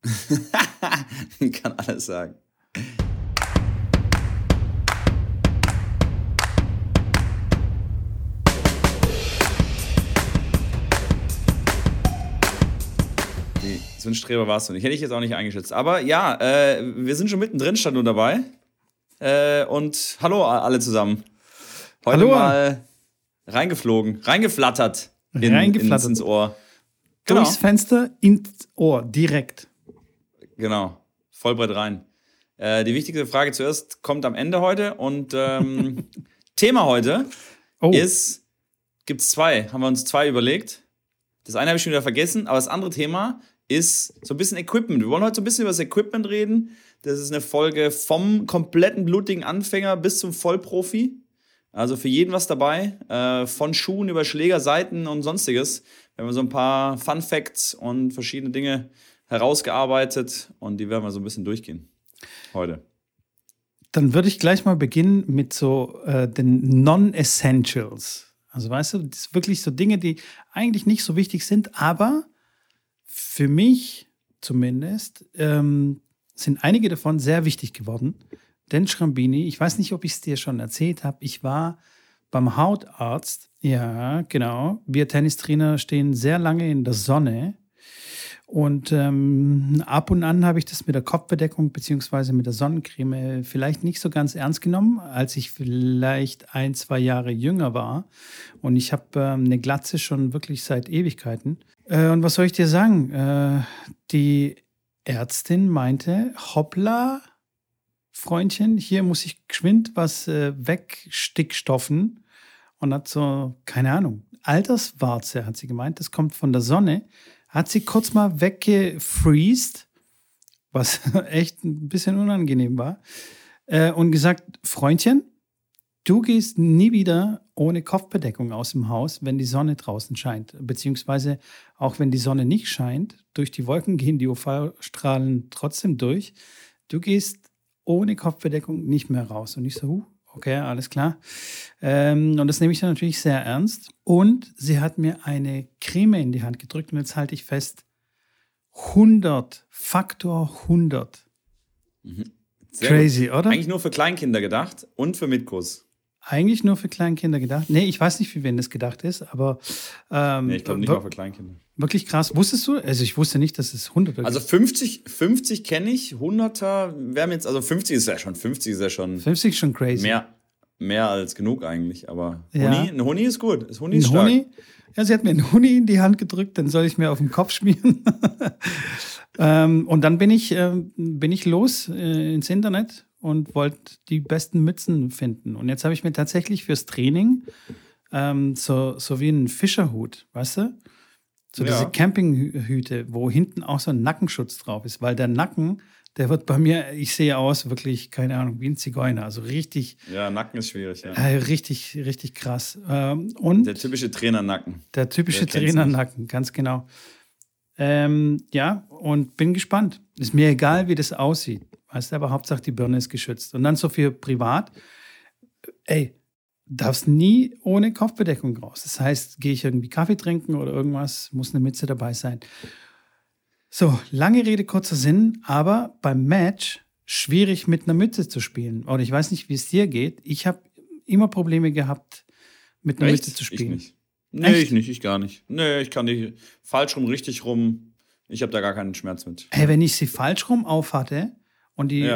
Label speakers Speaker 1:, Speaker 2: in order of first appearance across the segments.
Speaker 1: Kann alles sagen. So ein Streber warst du nicht. Hätte ich jetzt auch nicht eingeschätzt. Aber ja, wir sind schon mittendrin, stand nur dabei. Und hallo alle zusammen. Heute
Speaker 2: hallo.
Speaker 1: Mal reingeflattert ins Ohr.
Speaker 2: Genau. Durchs Fenster ins Ohr, direkt.
Speaker 1: Genau, Vollbrett rein. Die wichtigste Frage zuerst kommt am Ende heute. Und Thema heute ist, gibt's zwei, haben wir uns zwei überlegt. Das eine habe ich schon wieder vergessen, aber das andere Thema ist so ein bisschen Equipment. Wir wollen heute so ein bisschen über das Equipment reden. Das ist eine Folge vom kompletten blutigen Anfänger bis zum Vollprofi. Also für jeden was dabei. Von Schuhen über Schläger, Seiten und sonstiges. Wir haben so ein paar Fun Facts und verschiedene Dinge herausgearbeitet und die werden wir so ein bisschen durchgehen heute.
Speaker 2: Dann würde ich gleich mal beginnen mit so den Non-Essentials. Also weißt du, das sind wirklich so Dinge, die eigentlich nicht so wichtig sind, aber für mich zumindest sind einige davon sehr wichtig geworden. Denn Schrambini, ich weiß nicht, ob ich es dir schon erzählt habe, ich war beim Hautarzt. Ja, genau. Wir Tennistrainer stehen sehr lange in der Sonne. Und ab und an habe ich das mit der Kopfbedeckung bzw. mit der Sonnencreme vielleicht nicht so ganz ernst genommen, als ich vielleicht 1-2 Jahre jünger war. Und ich habe eine Glatze schon wirklich seit Ewigkeiten. Und was soll ich dir sagen? Die Ärztin meinte, hoppla, Freundchen, hier muss ich geschwind was wegstickstoffen. Und hat so, keine Ahnung, Alterswarze, hat sie gemeint, das kommt von der Sonne. Hat sie kurz mal weggefreezed, was echt ein bisschen unangenehm war, und gesagt, Freundchen, du gehst nie wieder ohne Kopfbedeckung aus dem Haus, wenn die Sonne draußen scheint. Beziehungsweise auch wenn die Sonne nicht scheint, durch die Wolken gehen die UV-Strahlen trotzdem durch. Du gehst ohne Kopfbedeckung nicht mehr raus. Und ich so, okay, alles klar. Und das nehme ich dann natürlich sehr ernst. Und sie hat mir eine Creme in die Hand gedrückt und jetzt halte ich fest, 100, Faktor 100.
Speaker 1: Sehr
Speaker 2: crazy,
Speaker 1: gut.
Speaker 2: oder?
Speaker 1: Eigentlich nur für Kleinkinder gedacht und für Mitkuss.
Speaker 2: Eigentlich nur für Kleinkinder gedacht. Nee, ich weiß nicht, für wen das gedacht ist, aber
Speaker 1: nee, ich glaube nicht mal für Kleinkinder.
Speaker 2: Wirklich krass. Wusstest du? Also ich wusste nicht, dass es 100 gibt.
Speaker 1: Also 50 kenne ich, 100er wären jetzt, also 50 ist ja schon
Speaker 2: 50 ist schon crazy.
Speaker 1: Mehr als genug eigentlich, aber
Speaker 2: Ja.
Speaker 1: Ein Huni ist gut. Huni ist
Speaker 2: Ein
Speaker 1: stark.
Speaker 2: Huni? Ja, sie hat mir einen Huni in die Hand gedrückt, den soll ich mir auf den Kopf schmieren. Und dann bin ich los ins Internet und wollte die besten Mützen finden. Und jetzt habe ich mir tatsächlich fürs Training so wie einen Fischerhut, weißt du? So diese Campinghüte, wo hinten auch so ein Nackenschutz drauf ist. Weil der Nacken, der wird bei mir, ich sehe aus wirklich, keine Ahnung, wie ein Zigeuner. Also richtig.
Speaker 1: Ja, Nacken ist schwierig, ja.
Speaker 2: Richtig, richtig krass. Und
Speaker 1: der typische Trainernacken.
Speaker 2: Der typische Trainernacken, ganz genau. Ja, und bin gespannt. Ist mir egal, wie das aussieht. Weißt du, aber Hauptsache die Birne ist geschützt. Und dann so für privat, darfst nie ohne Kopfbedeckung raus. Das heißt, gehe ich irgendwie Kaffee trinken oder irgendwas, muss eine Mütze dabei sein. So, lange Rede, kurzer Sinn, aber beim Match schwierig mit einer Mütze zu spielen. Oder ich weiß nicht, wie es dir geht. Ich habe immer Probleme gehabt, mit einer Mütze zu spielen.
Speaker 1: Ich nicht. Nee, ich nicht, ich gar nicht. Nee, ich kann nicht falsch rum, richtig rum. Ich habe da gar keinen Schmerz mit.
Speaker 2: Hey, wenn ich sie falsch rum aufhatte und die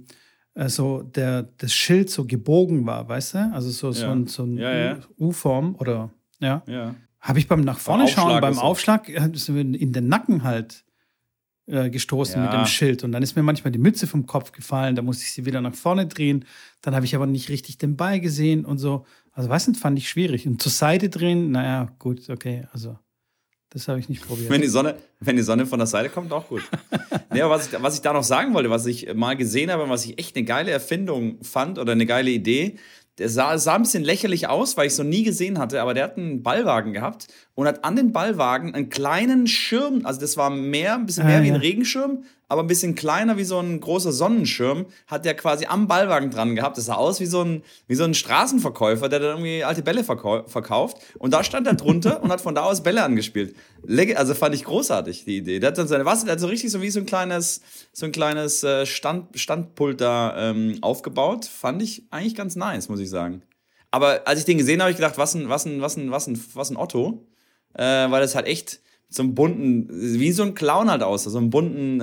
Speaker 2: das Schild so gebogen war, weißt du? Also so ein U-Form oder habe ich beim nach vorne schauen, beim Aufschlag in den Nacken halt gestoßen mit dem Schild. Und dann ist mir manchmal die Mütze vom Kopf gefallen, da musste ich sie wieder nach vorne drehen. Dann habe ich aber nicht richtig den Ball gesehen und so. Also weißt du, fand ich schwierig. Und zur Seite drehen, naja, gut, okay, also das habe ich nicht probiert.
Speaker 1: Wenn die Sonne von der Seite kommt, auch gut. Nee, aber was ich da noch sagen wollte, was ich mal gesehen habe und was ich echt eine geile Erfindung fand oder eine geile Idee, Der sah ein bisschen lächerlich aus, weil ich es noch nie gesehen hatte, aber der hat einen Ballwagen gehabt und hat an den Ballwagen einen kleinen Schirm, also das war ein bisschen mehr wie ein Regenschirm, aber ein bisschen kleiner wie so ein großer Sonnenschirm, hat der quasi am Ballwagen dran gehabt. Das sah aus wie so ein Straßenverkäufer, der dann irgendwie alte Bälle verkauft. Und da stand er drunter und hat von da aus Bälle angespielt. Also fand ich großartig, die Idee. Der hat dann der hat so richtig so wie so ein kleines Standpult da aufgebaut. Fand ich eigentlich ganz nice, muss ich sagen. Aber als ich den gesehen habe, habe ich gedacht, was ein Otto. Weil das halt echt so einen bunten, wie so ein Clown halt aussah, so einen bunten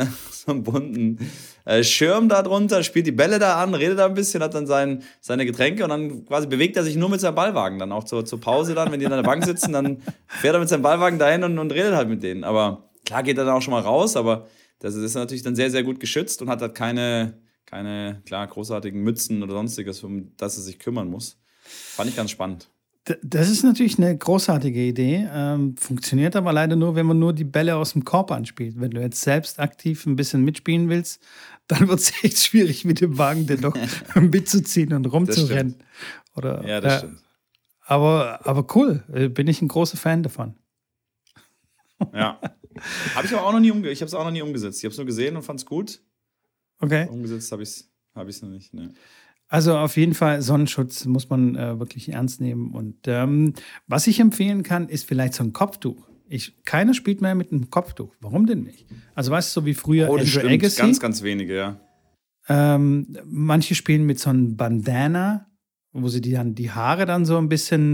Speaker 1: Schirm da drunter, spielt die Bälle da an, redet da ein bisschen, hat dann seine Getränke und dann quasi bewegt er sich nur mit seinem Ballwagen. Dann auch zur Pause dann, wenn die an der Bank sitzen, dann fährt er mit seinem Ballwagen dahin und redet halt mit denen. Aber klar geht er dann auch schon mal raus, aber das ist natürlich dann sehr, sehr gut geschützt und hat halt keine klar, großartigen Mützen oder sonstiges, um das er sich kümmern muss. Fand ich ganz spannend.
Speaker 2: Das ist natürlich eine großartige Idee, funktioniert aber leider nur, wenn man nur die Bälle aus dem Korb anspielt. Wenn du jetzt selbst aktiv ein bisschen mitspielen willst, dann wird es echt schwierig, mit dem Wagen den noch mitzuziehen und rumzurennen.
Speaker 1: Ja, das stimmt.
Speaker 2: Aber cool, bin ich ein großer Fan davon.
Speaker 1: Ja. Habe ich aber auch noch nie umgesetzt. Ich habe es auch noch nie umgesetzt. Ich habe es nur gesehen und fand es gut.
Speaker 2: Okay.
Speaker 1: Umgesetzt habe ich es noch nicht. Ne.
Speaker 2: Also auf jeden Fall Sonnenschutz muss man wirklich ernst nehmen. Und was ich empfehlen kann, ist vielleicht so ein Kopftuch. Keiner spielt mehr mit einem Kopftuch. Warum denn nicht? Also weißt du, so wie früher
Speaker 1: Andrew Agassi. Ganz, ganz wenige, ja.
Speaker 2: Manche spielen mit so einem Bandana, wo sie die Haare dann so ein bisschen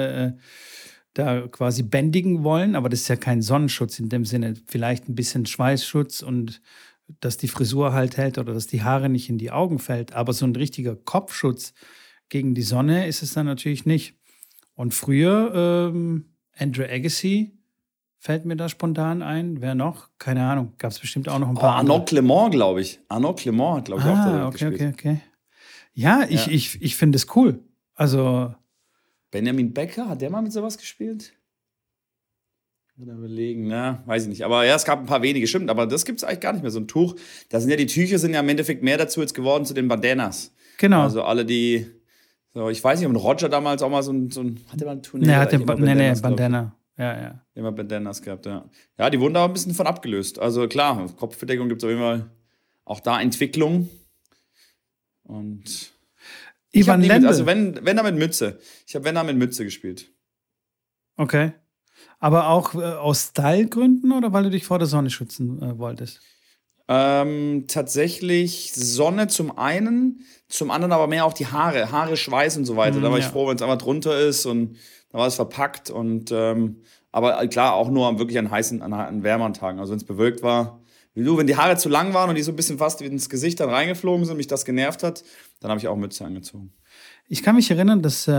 Speaker 2: da quasi bändigen wollen. Aber das ist ja kein Sonnenschutz in dem Sinne. Vielleicht ein bisschen Schweißschutz und dass die Frisur halt hält oder dass die Haare nicht in die Augen fällt. Aber so ein richtiger Kopfschutz gegen die Sonne ist es dann natürlich nicht. Und früher, Andrew Agassi fällt mir da spontan ein. Wer noch? Keine Ahnung. Gab es bestimmt auch noch ein paar
Speaker 1: Arnaud Clément, glaube ich. Arnaud Clément hat, glaube ich, auch da gespielt.
Speaker 2: Okay. Ja, ich finde es cool. Also
Speaker 1: Benjamin Becker, hat der mal mit sowas gespielt? Oder überlegen, weiß ich nicht. Aber ja, es gab ein paar wenige, stimmt. Aber das gibt es eigentlich gar nicht mehr, so ein Tuch. Die Tücher sind ja im Endeffekt mehr dazu jetzt geworden zu den Bandanas.
Speaker 2: Genau.
Speaker 1: Also alle die, so, ich weiß nicht, ob Roger damals auch mal so ein hat der mal ein Turnier?
Speaker 2: Nee, hatte Bandana. Ja.
Speaker 1: Immer Bandanas gehabt, ja. Ja, die wurden da ein bisschen von abgelöst. Also klar, Kopfbedeckung gibt es auf jeden Fall auch da Entwicklung. Und
Speaker 2: Ivan Lendl.
Speaker 1: Also wenn da mit Mütze. Ich habe wenn da mit Mütze gespielt.
Speaker 2: Okay. Aber auch aus Stylegründen oder weil du dich vor der Sonne schützen wolltest?
Speaker 1: Tatsächlich Sonne zum einen, zum anderen aber mehr auch die Haare. Haare, Schweiß und so weiter. Da war ich froh, wenn es einfach drunter ist und da war es verpackt. Und aber klar, auch nur wirklich an wärmeren Tagen. Also wenn es bewölkt war, wenn die Haare zu lang waren und die so ein bisschen fast ins Gesicht dann reingeflogen sind und mich das genervt hat, dann habe ich auch Mütze angezogen.
Speaker 2: Ich kann mich erinnern, dass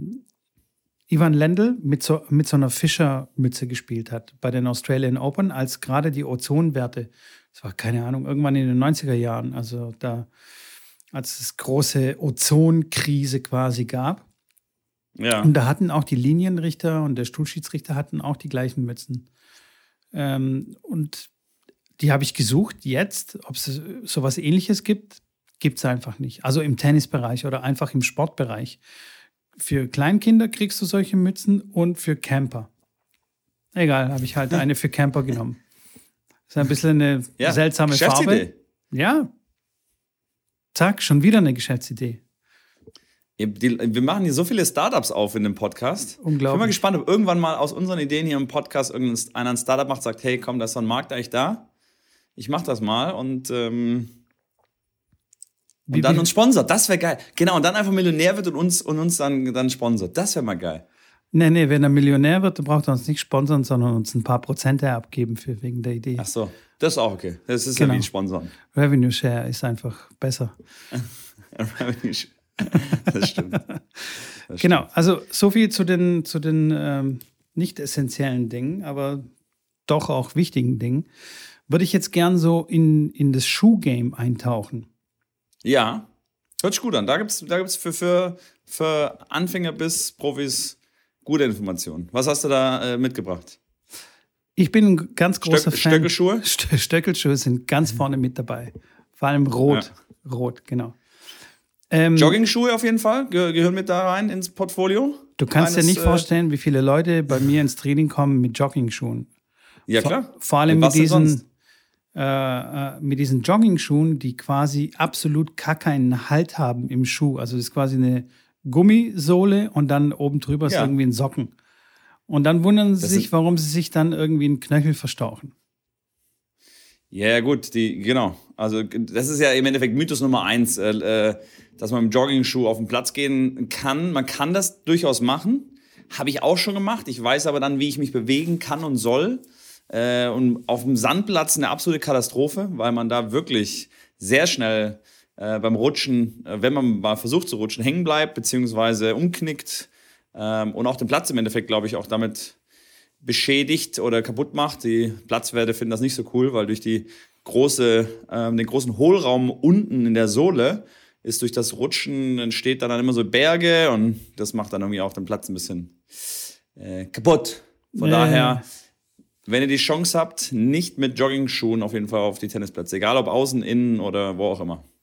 Speaker 2: Ivan Lendl mit so einer Fischermütze gespielt hat bei den Australian Open, als gerade die Ozonwerte, das war keine Ahnung, irgendwann in den 90er Jahren, also da, als es große Ozonkrise quasi gab.
Speaker 1: Ja.
Speaker 2: Und da hatten auch die Linienrichter und der Stuhlschiedsrichter hatten auch die gleichen Mützen. Und die habe ich gesucht jetzt, ob es sowas Ähnliches gibt es einfach nicht. Also im Tennisbereich oder einfach im Sportbereich. Für Kleinkinder kriegst du solche Mützen und für Camper. Egal, habe ich halt eine für Camper genommen. Ist ein bisschen eine seltsame Farbe. Ja. Zack, schon wieder eine Geschäftsidee.
Speaker 1: Wir machen hier so viele Startups auf in dem Podcast.
Speaker 2: Unglaublich.
Speaker 1: Ich bin mal gespannt, ob irgendwann mal aus unseren Ideen hier im Podcast irgendeiner ein Startup macht, sagt, hey, komm, da ist so ein Markt eigentlich da. Ich mach das mal und dann uns sponsert. Das wäre geil. Genau, und dann einfach Millionär wird und uns dann sponsert. Das wäre mal geil.
Speaker 2: Nee, wenn er Millionär wird, dann braucht er uns nicht sponsern, sondern uns ein paar Prozente abgeben wegen der Idee.
Speaker 1: Ach so, das ist auch okay. Das ist ja wie ein Sponsern.
Speaker 2: Revenue Share ist einfach besser.
Speaker 1: Revenue Share. Das stimmt.
Speaker 2: Genau, also so viel zu den nicht essentiellen Dingen, aber doch auch wichtigen Dingen. Würde ich jetzt gern so in das Schuhgame eintauchen.
Speaker 1: Ja, hört sich gut an. Da gibt's für Anfänger bis Profis gute Informationen. Was hast du da mitgebracht?
Speaker 2: Ich bin ein ganz großer Fan.
Speaker 1: Stöckelschuhe?
Speaker 2: Stöckelschuhe sind ganz vorne mit dabei. Vor allem rot. Ja. Rot, genau.
Speaker 1: Jogging-Schuhe auf jeden Fall gehören mit da rein ins Portfolio.
Speaker 2: Du kannst dir nicht vorstellen, wie viele Leute bei mir ins Training kommen mit Jogging-Schuhen.
Speaker 1: Ja, klar.
Speaker 2: Vor allem mit diesen Jogging-Schuhen, die quasi absolut gar keinen Halt haben im Schuh. Also das ist quasi eine Gummisohle und dann oben drüber ist irgendwie ein Socken. Und dann wundern sie sich, warum sie sich dann irgendwie einen Knöchel verstauchen.
Speaker 1: Ja, gut, genau. Also das ist ja im Endeffekt Mythos Nummer 1, dass man mit dem Jogging-Schuh auf den Platz gehen kann. Man kann das durchaus machen. Habe ich auch schon gemacht. Ich weiß aber dann, wie ich mich bewegen kann und soll. Und auf dem Sandplatz eine absolute Katastrophe, weil man da wirklich sehr schnell beim Rutschen, wenn man mal versucht zu rutschen, hängen bleibt, beziehungsweise umknickt und auch den Platz im Endeffekt, glaube ich, auch damit beschädigt oder kaputt macht. Die Platzwerte finden das nicht so cool, weil durch den großen Hohlraum unten in der Sohle ist durch das Rutschen entsteht dann immer so Berge und das macht dann irgendwie auch den Platz ein bisschen kaputt. Von daher, wenn ihr die Chance habt, nicht mit Jogging-Schuhen auf jeden Fall auf die Tennisplätze, egal ob außen, innen oder wo auch immer.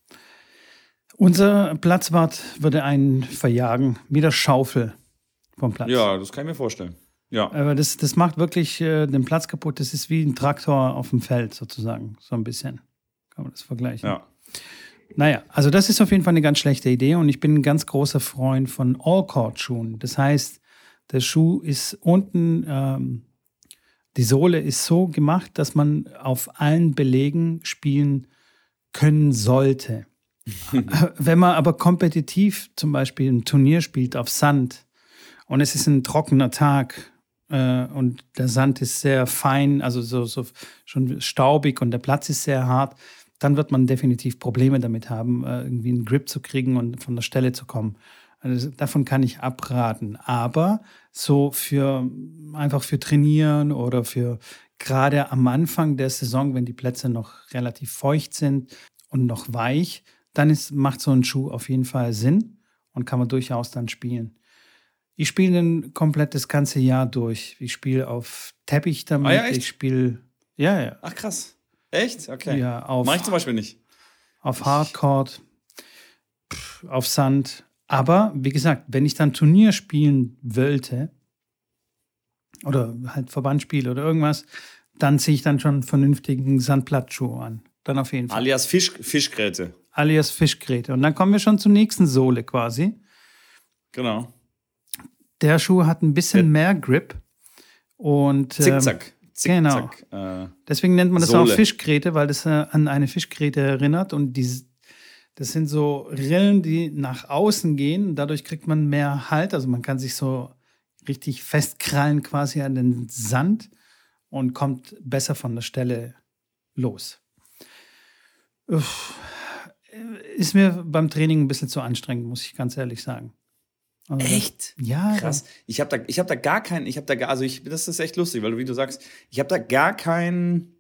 Speaker 2: Unser Platzwart würde einen verjagen mit der Schaufel vom Platz.
Speaker 1: Ja, das kann ich mir vorstellen. Ja.
Speaker 2: Aber das macht wirklich den Platz kaputt. Das ist wie ein Traktor auf dem Feld sozusagen, so ein bisschen. Kann man das vergleichen.
Speaker 1: Ja.
Speaker 2: Naja, also das ist auf jeden Fall eine ganz schlechte Idee und ich bin ein ganz großer Freund von All-Court-Schuhen. Das heißt, der Schuh ist unten, die Sohle ist so gemacht, dass man auf allen Belegen spielen können sollte. Wenn man aber kompetitiv zum Beispiel ein Turnier spielt auf Sand und es ist ein trockener Tag und der Sand ist sehr fein, also so schon staubig und der Platz ist sehr hart, dann wird man definitiv Probleme damit haben, irgendwie einen Grip zu kriegen und von der Stelle zu kommen. Also davon kann ich abraten. Aber so einfach für Trainieren oder für gerade am Anfang der Saison, wenn die Plätze noch relativ feucht sind und noch weich, dann macht so ein Schuh auf jeden Fall Sinn und kann man durchaus dann spielen. Ich spiele den komplett das ganze Jahr durch. Ich spiele auf Teppich damit.
Speaker 1: Ja, echt?
Speaker 2: Ich spiele, ja.
Speaker 1: Ach krass. Echt? Okay.
Speaker 2: Ja,
Speaker 1: mach ich zum Beispiel nicht.
Speaker 2: Auf Hardcourt, auf Sand. Aber wie gesagt, wenn ich dann Turnier spielen wollte oder halt Verbandspiel oder irgendwas, dann ziehe ich dann schon einen vernünftigen Sandplatzschuh an. Dann auf jeden Fall.
Speaker 1: Alias Fischgräte.
Speaker 2: Alias Fischgräte. Und dann kommen wir schon zur nächsten Sohle quasi.
Speaker 1: Genau.
Speaker 2: Der Schuh hat ein bisschen mehr Grip. Und,
Speaker 1: Zickzack.
Speaker 2: Genau. Deswegen nennt man das
Speaker 1: Sohle.
Speaker 2: auch Fischgräte, weil das an eine Fischgräte erinnert. Und das sind so Rillen, die nach außen gehen. Dadurch kriegt man mehr Halt. Also man kann sich so richtig festkrallen quasi an den Sand und kommt besser von der Stelle los. Ist mir beim Training ein bisschen zu anstrengend, muss ich ganz ehrlich sagen. Also
Speaker 1: Echt?
Speaker 2: Ja.
Speaker 1: Krass. Das ist echt lustig, weil wie du sagst, ich habe da gar kein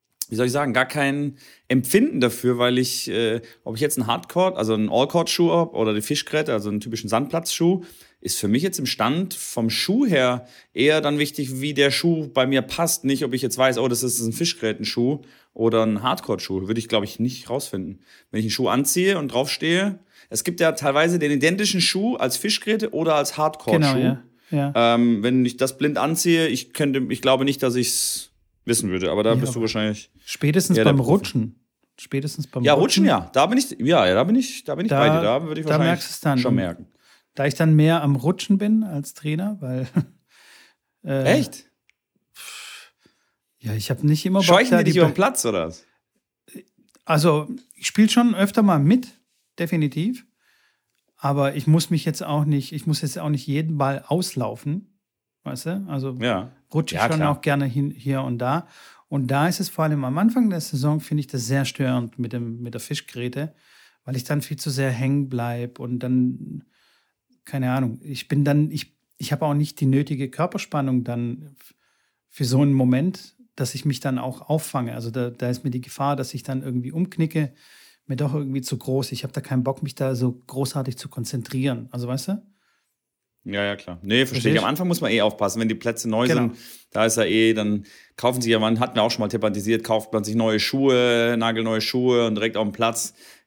Speaker 1: Empfinden dafür, weil ob ich jetzt einen Hardcourt, also einen All-Court-Schuh habe oder die Fischgräte, also einen typischen Sandplatzschuh, ist für mich jetzt im Stand vom Schuh her eher dann wichtig, wie der Schuh bei mir passt. Nicht, ob ich jetzt weiß, das ist ein Fischgrätenschuh oder ein Hardcourt-Schuh. Würde ich, glaube ich, nicht rausfinden. Wenn ich einen Schuh anziehe und draufstehe, es gibt ja teilweise den identischen Schuh als Fischgräte oder als Hardcourt-Schuh.
Speaker 2: Genau, ja.
Speaker 1: Wenn ich das blind anziehe, ich glaube nicht, dass ich es wissen würde, aber da bist du wahrscheinlich.
Speaker 2: Spätestens beim Rutschen.
Speaker 1: Rutschen, ja. Da bin ich bei dir. Da würde ich wahrscheinlich
Speaker 2: dann
Speaker 1: schon merken.
Speaker 2: Da ich dann mehr am Rutschen bin als Trainer, weil.
Speaker 1: Echt?
Speaker 2: Ja, ich habe nicht immer Bock.
Speaker 1: Scheuchen die dich über den Platz, oder was?
Speaker 2: Also, ich spiele schon öfter mal mit, definitiv. Aber ich muss jetzt auch nicht jeden Ball auslaufen. Weißt du? Also rutsche ich schon auch gerne hier und da. Und da ist es vor allem am Anfang der Saison, finde ich das sehr störend mit der Fischgräte, weil ich dann viel zu sehr hängen bleibe und dann, keine Ahnung, ich habe auch nicht die nötige Körperspannung dann für so einen Moment, dass ich mich dann auch auffange. Also da ist mir die Gefahr, dass ich dann irgendwie umknicke, mir doch irgendwie zu groß. Ich habe da keinen Bock, mich da so großartig zu konzentrieren. Also weißt du?
Speaker 1: Ja, klar. Nee, verstehe ich. Am Anfang muss man aufpassen, wenn die Plätze neu sind. Da ist dann kaufen sich hatten wir auch schon mal thematisiert, kauft man sich neue Schuhe, nagelneue Schuhe und direkt auf dem Platz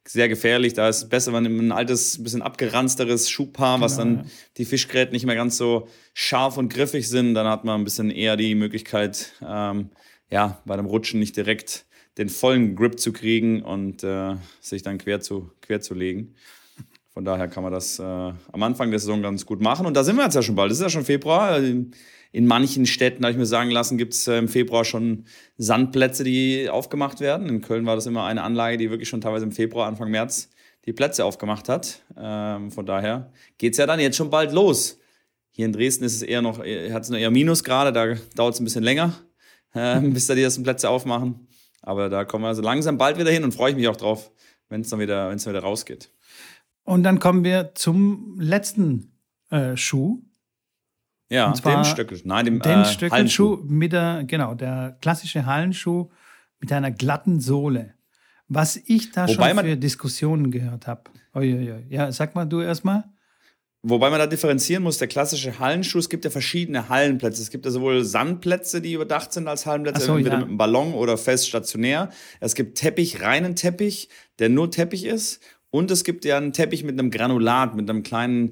Speaker 1: sehr gefährlich. Da ist es besser, wenn man ein altes, bisschen abgeranzteres Schuhpaar, was dann die Fischgräten nicht mehr ganz so scharf und griffig sind. Dann hat man ein bisschen eher die Möglichkeit, bei dem Rutschen nicht direkt den vollen Grip zu kriegen und sich dann quer zu legen. Von daher kann man das am Anfang der Saison ganz gut machen. Und da sind wir jetzt ja schon bald. Das ist ja schon Februar. In manchen Städten, habe ich mir sagen lassen, gibt es im Februar schon Sandplätze, die aufgemacht werden. In Köln war das immer eine Anlage, die wirklich schon teilweise im Februar, Anfang März die Plätze aufgemacht hat. Von daher geht es ja dann jetzt schon bald los. Hier in Dresden ist es hat es noch eher Minusgrade, da dauert es ein bisschen länger, bis da die ersten Plätze aufmachen. Aber da kommen wir also langsam bald wieder hin und freue ich mich auch drauf, wenn es dann wieder rausgeht.
Speaker 2: Und dann kommen wir zum letzten Schuh.
Speaker 1: Ja,
Speaker 2: dem
Speaker 1: Hallenschuh.
Speaker 2: Mit der klassische Hallenschuh mit einer glatten Sohle. Was ich da schon für Diskussionen gehört habe. Ja, sag mal du erstmal.
Speaker 1: Wobei man da differenzieren muss, der klassische Hallenschuh, es gibt ja verschiedene Hallenplätze. Es gibt ja sowohl Sandplätze, die überdacht sind als Hallenplätze, entweder mit einem Ballon oder fest stationär. Es gibt reinen Teppich, der nur Teppich ist. Und es gibt ja einen Teppich mit einem Granulat, mit einem kleinen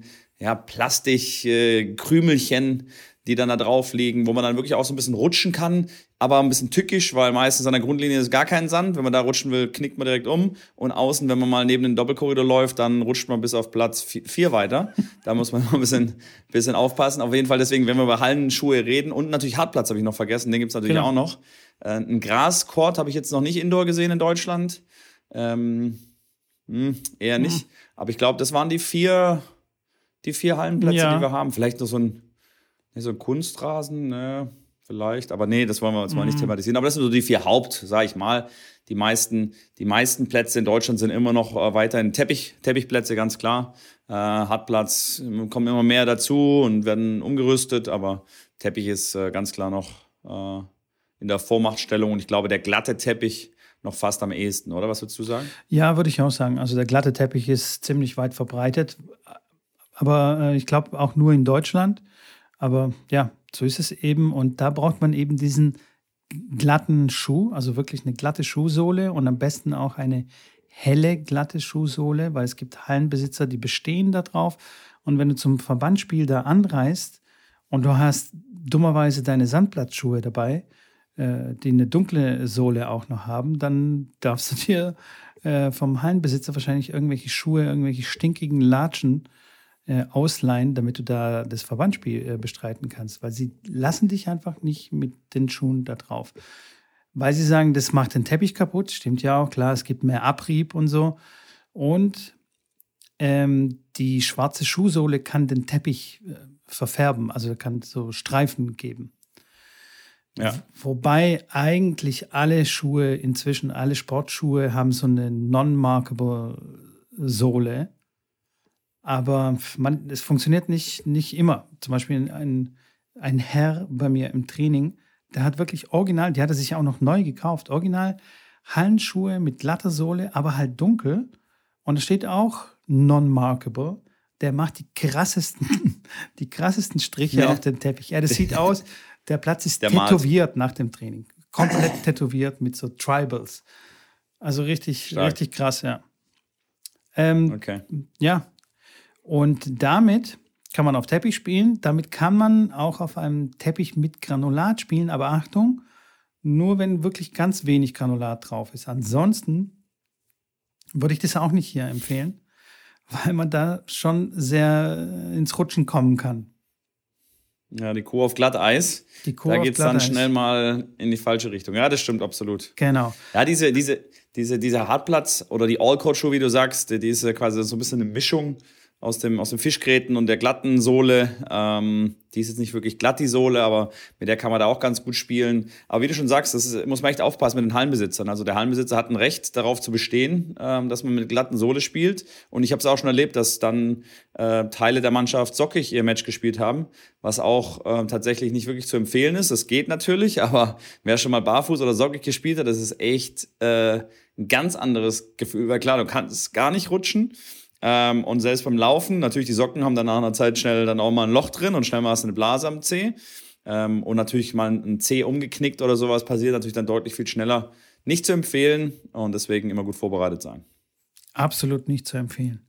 Speaker 1: Plastikkrümelchen, die dann da drauf liegen, wo man dann wirklich auch so ein bisschen rutschen kann, aber ein bisschen tückisch, weil meistens an der Grundlinie ist gar kein Sand. Wenn man da rutschen will, knickt man direkt um. Und außen, wenn man mal neben den Doppelkorridor läuft, dann rutscht man bis auf Platz 4 weiter. Da muss man noch ein bisschen aufpassen. Auf jeden Fall deswegen, wenn wir über Hallenschuhe reden und natürlich Hartplatz habe ich noch vergessen, den gibt es natürlich auch noch. Ein Grascourt habe ich jetzt noch nicht Indoor gesehen in Deutschland. Eher nicht. Aber ich glaube, das waren die vier Hallenplätze, die wir haben. Vielleicht noch so ein Kunstrasen, ne? Vielleicht. Aber nee, das wollen wir jetzt mal nicht thematisieren. Aber das sind so die 4 sag ich mal. Die meisten Plätze in Deutschland sind immer noch weiterhin Teppichplätze, ganz klar. Hartplatz kommen immer mehr dazu und werden umgerüstet. Aber Teppich ist ganz klar noch in der Vormachtstellung. Und ich glaube, der glatte Teppich noch fast am ehesten, oder? Was würdest du sagen?
Speaker 2: Ja, würde ich auch sagen. Also der glatte Teppich ist ziemlich weit verbreitet. Aber ich glaube auch nur in Deutschland. Aber ja, so ist es eben. Und da braucht man eben diesen glatten Schuh, also wirklich eine glatte Schuhsohle und am besten auch eine helle, glatte Schuhsohle, weil es gibt Hallenbesitzer, die bestehen da drauf. Und wenn du zum Verbandsspiel da anreist und du hast dummerweise deine Sandplatzschuhe dabei, die eine dunkle Sohle auch noch haben, dann darfst du dir vom Hallenbesitzer wahrscheinlich irgendwelche Schuhe, irgendwelche stinkigen Latschen ausleihen, damit du da das Verbandsspiel bestreiten kannst. Weil sie lassen dich einfach nicht mit den Schuhen da drauf. Weil sie sagen, das macht den Teppich kaputt. Stimmt ja auch, klar, es gibt mehr Abrieb und so. Und die schwarze Schuhsohle kann den Teppich verfärben, also kann so Streifen geben. Ja. Wobei eigentlich alle Sportschuhe haben so eine non-markable Sohle. Aber es funktioniert nicht immer. Zum Beispiel ein Herr bei mir im Training, der hat wirklich original, die hat er sich auch noch neu gekauft, original Hallenschuhe mit glatter Sohle, aber halt dunkel. Und es steht auch non-markable. Der macht die krassesten Striche auf den Teppich. Ja, das sieht aus, der Platz ist tätowiert nach dem Training. Komplett tätowiert mit so Tribals. Also richtig krass, ja.
Speaker 1: Okay.
Speaker 2: Ja. Und damit kann man auf Teppich spielen. Damit kann man auch auf einem Teppich mit Granulat spielen. Aber Achtung, nur wenn wirklich ganz wenig Granulat drauf ist. Ansonsten würde ich das auch nicht hier empfehlen, weil man da schon sehr ins Rutschen kommen kann.
Speaker 1: Ja, die Kuh auf Glatteis. Da geht es dann schnell mal in die falsche Richtung. Ja, das stimmt absolut.
Speaker 2: Genau.
Speaker 1: Ja, dieser Hartplatz oder die All-Court-Schuhe, wie du sagst, die ist quasi so ein bisschen eine Mischung aus dem Fischgräten und der glatten Sohle. Die ist jetzt nicht wirklich glatt, die Sohle, aber mit der kann man da auch ganz gut spielen. Aber wie du schon sagst, muss man echt aufpassen mit den Hallenbesitzern. Also der Hallenbesitzer hat ein Recht darauf zu bestehen, dass man mit glatten Sohle spielt. Und ich habe es auch schon erlebt, dass dann Teile der Mannschaft sockig ihr Match gespielt haben, was auch tatsächlich nicht wirklich zu empfehlen ist. Das geht natürlich, aber wer schon mal barfuß oder sockig gespielt hat, das ist echt ein ganz anderes Gefühl. Weil klar, du kannst gar nicht rutschen. Und selbst beim Laufen, natürlich die Socken haben dann nach einer Zeit schnell dann auch mal ein Loch drin und schnell mal hast du eine Blase am Zeh. Und natürlich mal ein Zeh umgeknickt oder sowas passiert natürlich dann deutlich viel schneller. Nicht zu empfehlen und deswegen immer gut vorbereitet sein.
Speaker 2: Absolut nicht zu empfehlen.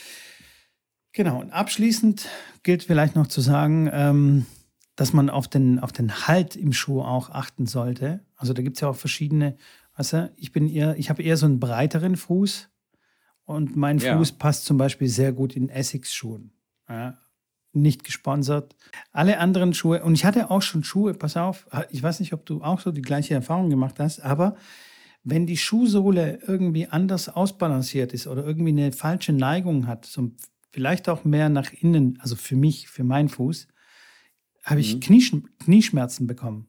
Speaker 2: Genau, und abschließend gilt vielleicht noch zu sagen, dass man auf den Halt im Schuh auch achten sollte. Also da gibt es ja auch verschiedene, weißt du, ich habe eher so einen breiteren Fuß und mein Fuß passt zum Beispiel sehr gut in Essex-Schuhen. Ja, nicht gesponsert. Alle anderen Schuhe, und ich hatte auch schon Schuhe, pass auf, ich weiß nicht, ob du auch so die gleiche Erfahrung gemacht hast, aber wenn die Schuhsohle irgendwie anders ausbalanciert ist oder irgendwie eine falsche Neigung hat, so vielleicht auch mehr nach innen, also für mich, für meinen Fuß, habe ich Knieschmerzen bekommen.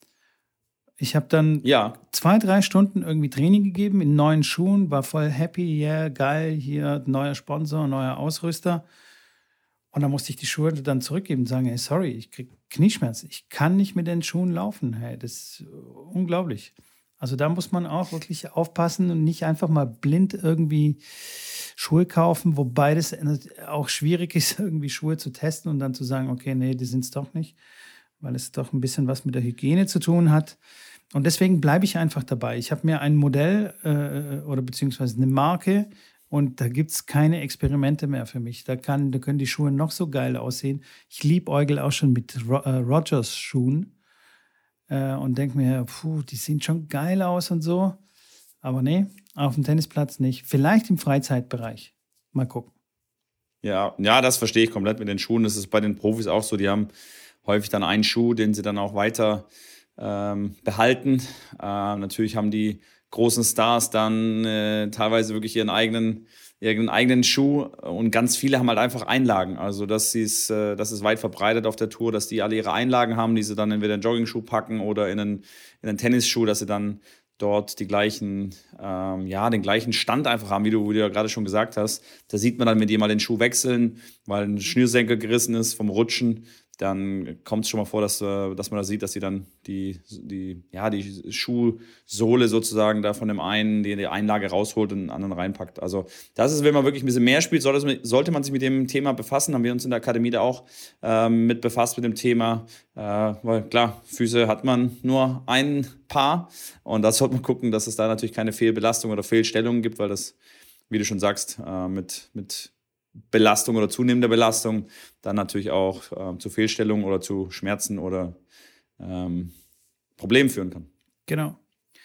Speaker 2: Ich habe dann 2-3 Stunden irgendwie Training gegeben in neuen Schuhen, war voll happy, yeah, geil, hier neuer Sponsor, neuer Ausrüster. Und dann musste ich die Schuhe dann zurückgeben und sagen, hey, sorry, ich kriege Knieschmerzen. Ich kann nicht mit den Schuhen laufen. Hey, das ist unglaublich. Also da muss man auch wirklich aufpassen und nicht einfach mal blind irgendwie Schuhe kaufen, wobei das auch schwierig ist, irgendwie Schuhe zu testen und dann zu sagen, okay, nee, die sind es doch nicht, weil es doch ein bisschen was mit der Hygiene zu tun hat. Und deswegen bleibe ich einfach dabei. Ich habe mir ein Modell oder beziehungsweise eine Marke und da gibt es keine Experimente mehr für mich. Da können die Schuhe noch so geil aussehen. Ich liebäugel auch schon mit Rogers Schuhen. Und denke mir, die sehen schon geil aus und so. Aber nee, auf dem Tennisplatz nicht. Vielleicht im Freizeitbereich. Mal gucken.
Speaker 1: Ja, das verstehe ich komplett mit den Schuhen. Das ist bei den Profis auch so. Die haben häufig dann einen Schuh, den sie dann auch weiter behalten. Natürlich haben die großen Stars dann teilweise wirklich ihren eigenen Schuh und ganz viele haben halt einfach Einlagen. Also das ist weit verbreitet auf der Tour, dass die alle ihre Einlagen haben, die sie dann entweder in den Jogging-Schuh packen oder in einen Tennisschuh, dass sie dann dort den gleichen Stand einfach haben, wie du ja gerade schon gesagt hast. Da sieht man dann, wenn die mal den Schuh wechseln, weil ein Schnürsenkel gerissen ist vom Rutschen, dann kommt es schon mal vor, dass man da sieht, dass sie dann die Schuhsohle sozusagen da von dem einen, die Einlage rausholt und den anderen reinpackt. Also das ist, wenn man wirklich ein bisschen mehr spielt, sollte man sich mit dem Thema befassen. Haben wir uns in der Akademie da auch mit befasst mit dem Thema. Weil klar, Füße hat man nur ein Paar und da sollte man gucken, dass es da natürlich keine Fehlbelastung oder Fehlstellungen gibt, weil das, wie du schon sagst, mit Belastung oder zunehmender Belastung dann natürlich auch zu Fehlstellungen oder zu Schmerzen oder Problemen führen kann.
Speaker 2: Genau.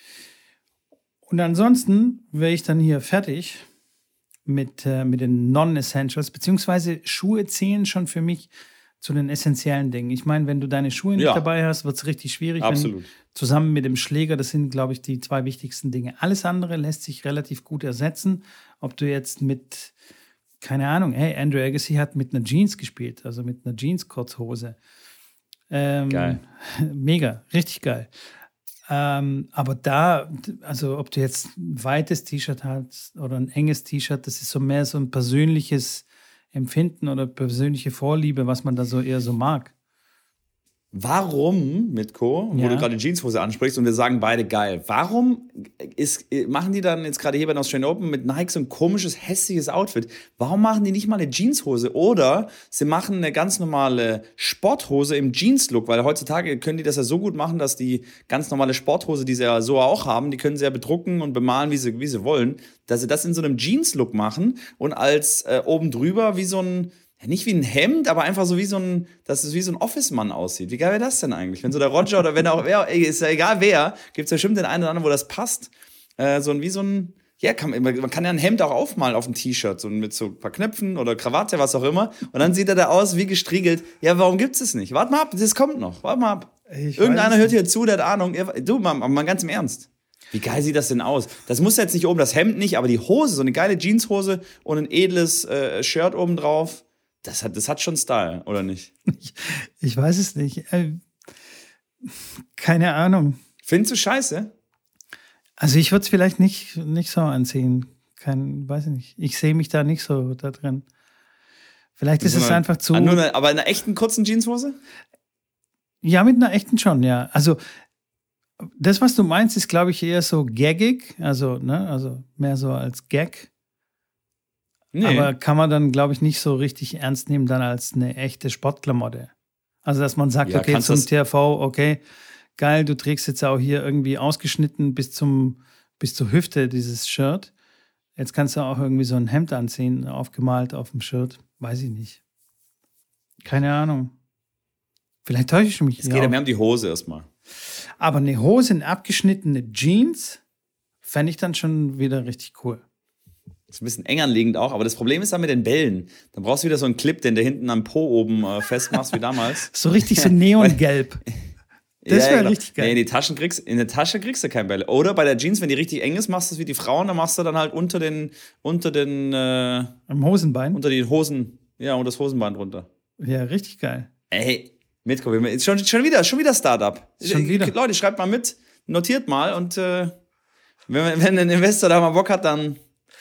Speaker 2: Und ansonsten wäre ich dann hier fertig mit den Non-Essentials, beziehungsweise Schuhe zählen schon für mich zu den essentiellen Dingen. Ich meine, wenn du deine Schuhe nicht dabei hast, wird es richtig schwierig.
Speaker 1: Absolut.
Speaker 2: Zusammen mit dem Schläger, das sind, glaube ich, die 2 wichtigsten Dinge. Alles andere lässt sich relativ gut ersetzen. Ob du jetzt mit keine Ahnung, hey, Andrew Agassi hat mit einer Jeans gespielt, also mit einer Jeans-Kurzhose.
Speaker 1: Geil.
Speaker 2: Mega, richtig geil. Aber da, also ob du jetzt ein weites T-Shirt hast oder ein enges T-Shirt, das ist so mehr so ein persönliches Empfinden oder persönliche Vorliebe, was man da so eher so mag.
Speaker 1: Warum, Mitko, wo du gerade Jeanshose ansprichst und wir sagen beide geil, warum machen die dann jetzt gerade hier bei den Australian Open mit Nike so ein komisches, hässliches Outfit? Warum machen die nicht mal eine Jeanshose? Oder sie machen eine ganz normale Sporthose im Jeans-Look, weil heutzutage können die das ja so gut machen, dass die ganz normale Sporthose, die sie ja so auch haben, die können sie ja bedrucken und bemalen, wie sie wollen, dass sie das in so einem Jeans-Look machen und als oben drüber wie so ein nicht wie ein Hemd, aber einfach so dass es wie so ein Office-Mann aussieht. Wie geil wäre das denn eigentlich? Wenn so der Roger oder wenn auch wer, ist ja egal wer, gibt es ja bestimmt den einen oder anderen, wo das passt. Man kann ja ein Hemd auch aufmalen auf ein T-Shirt, so mit so ein paar Knöpfen oder Krawatte, was auch immer. Und dann sieht er da aus wie gestriegelt. Ja, warum gibt's es nicht? Warte mal ab, das kommt noch. Warte mal ab. Irgendeiner hört hier zu, der hat Ahnung. Du, mal ganz im Ernst. Wie geil sieht das denn aus? Das muss jetzt nicht oben, das Hemd nicht, aber die Hose, so eine geile Jeanshose und ein edles Shirt oben drauf. Das hat schon Style, oder nicht?
Speaker 2: Ich weiß es nicht. Keine Ahnung.
Speaker 1: Findest du scheiße?
Speaker 2: Also ich würde es vielleicht nicht so anziehen. Weiß ich nicht. Ich sehe mich da nicht so da drin. Vielleicht ist es einfach zu...
Speaker 1: Aber in einer echten kurzen Jeanshose?
Speaker 2: Ja, mit einer echten schon, ja. Also das, was du meinst, ist, glaube ich, eher so gaggig. Also mehr so als Gag. Nee. Aber kann man dann, glaube ich, nicht so richtig ernst nehmen dann als eine echte Sportklamotte. Also, dass man sagt, okay, zum TV, okay, geil, du trägst jetzt auch hier irgendwie ausgeschnitten bis zur Hüfte dieses Shirt. Jetzt kannst du auch irgendwie so ein Hemd anziehen, aufgemalt auf dem Shirt. Weiß ich nicht. Keine Ahnung. Vielleicht täusche ich mich.
Speaker 1: Es geht ja mehr um die Hose erstmal.
Speaker 2: Aber eine Hose in abgeschnittene Jeans fände ich dann schon wieder richtig cool.
Speaker 1: Ist ein bisschen eng anliegend auch, aber das Problem ist dann mit den Bällen. Dann brauchst du wieder so einen Clip, den du hinten am Po oben festmachst, wie damals.
Speaker 2: So richtig so neongelb. Das wäre richtig geil.
Speaker 1: Nee, in der Tasche kriegst du keine Bälle. Oder bei der Jeans, wenn die richtig eng ist, machst du es wie die Frauen, dann machst du dann halt unter den
Speaker 2: am Hosenbein?
Speaker 1: Unter die Hosen, ja, und das Hosenbein runter.
Speaker 2: Ja, richtig geil.
Speaker 1: Ey, mitgucken. Schon wieder Startup.
Speaker 2: Schon wieder.
Speaker 1: Leute, schreibt mal mit, notiert mal und wenn ein Investor da mal Bock hat, dann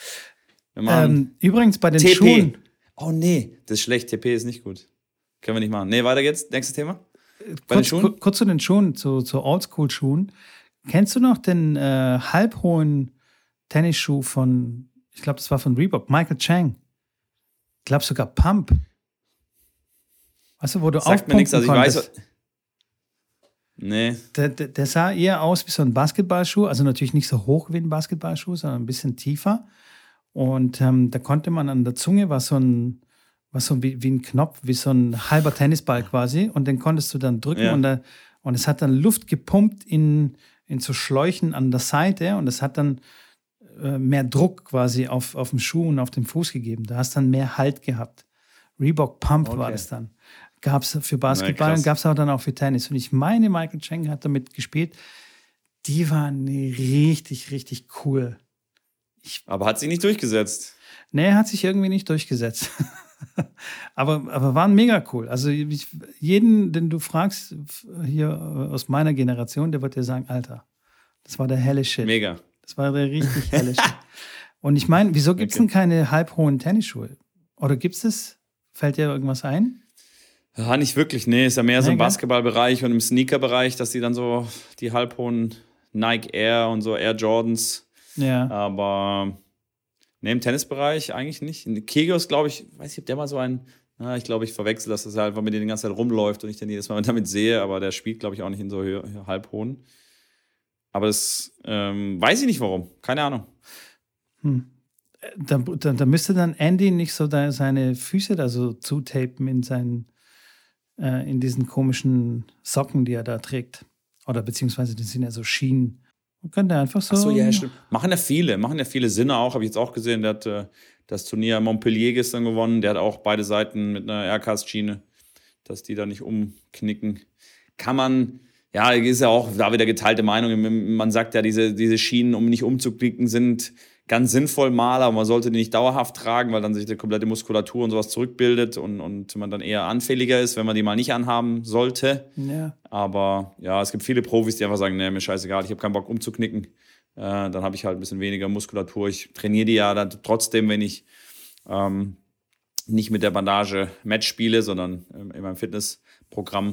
Speaker 2: übrigens bei den
Speaker 1: TP.
Speaker 2: Schuhen.
Speaker 1: Oh nee, das ist schlecht. TP ist nicht gut. Können wir nicht machen. Nee, weiter geht's. Nächstes Thema.
Speaker 2: Kurz zu den Schuhen, zu Oldschool-Schuhen. Kennst du noch den halbhohen Tennisschuh von, ich glaube, das war von Reebok, Michael Chang? Ich glaube sogar Pump. Weißt du, wo du
Speaker 1: Sagt mir nichts, also ich
Speaker 2: konntest.
Speaker 1: weiß. Nee.
Speaker 2: Der sah eher aus wie so ein Basketballschuh, also natürlich nicht so hoch wie ein Basketballschuh, sondern ein bisschen tiefer. Und da konnte man an der Zunge war so wie ein Knopf, wie so ein halber Tennisball quasi. Und den konntest du dann drücken und es hat dann Luft gepumpt in so Schläuchen an der Seite und es hat dann mehr Druck quasi auf dem Schuh und auf dem Fuß gegeben. Da hast dann mehr Halt gehabt. Reebok Pump war das dann. Gab es für Basketball und gab es auch dann auch für Tennis. Und ich meine, Michael Chang hat damit gespielt. Die waren richtig, richtig cool.
Speaker 1: Aber hat sich nicht durchgesetzt.
Speaker 2: Nee, hat sich irgendwie nicht durchgesetzt. aber waren mega cool. Also jeden, den du fragst, hier aus meiner Generation, der wird dir sagen, Alter, das war der helle Shit.
Speaker 1: Mega.
Speaker 2: Das war der richtig helle Shit. Und ich meine, wieso gibt es denn keine halbhohen Tennisschuhe? Oder gibt es das? Fällt dir irgendwas ein?
Speaker 1: Ja, nicht wirklich, nee. Ist ja mehr so im Basketballbereich und im Sneakerbereich, dass die dann so die halbhohen Nike Air und so Air Jordans.
Speaker 2: Ja.
Speaker 1: Aber nee, im Tennisbereich eigentlich nicht. In Kyrgios, glaube ich, weiß ich, ob der mal so ich glaube, ich verwechsel das, dass er einfach mit denen die ganze Zeit rumläuft und ich den jedes Mal damit sehe, aber der spielt, glaube ich, auch nicht in so halbhohen. Aber das weiß ich nicht warum. Keine Ahnung.
Speaker 2: Da müsste dann Andy nicht so seine Füße da so zutapen in diesen komischen Socken, die er da trägt. Oder beziehungsweise das sind ja so Schienen. Man könnte einfach so.
Speaker 1: Achso, ja, stimmt. Machen ja viele Sinne auch, habe ich jetzt auch gesehen. Der hat das Turnier Montpellier gestern gewonnen. Der hat auch beide Seiten mit einer Aircast-Schiene, dass die da nicht umknicken. Kann man, ja, ist ja auch da wieder geteilte Meinung. Man sagt ja, diese Schienen, um nicht umzuknicken, sind ganz sinnvoll mal, aber man sollte die nicht dauerhaft tragen, weil dann sich die komplette Muskulatur und sowas zurückbildet und man dann eher anfälliger ist, wenn man die mal nicht anhaben sollte.
Speaker 2: Ja.
Speaker 1: Aber ja, es gibt viele Profis, die einfach sagen, nee, mir scheißegal, ich habe keinen Bock umzuknicken. Dann habe ich halt ein bisschen weniger Muskulatur. Ich trainiere die ja dann trotzdem, wenn ich nicht mit der Bandage Match spiele, sondern in meinem Fitnessprogramm.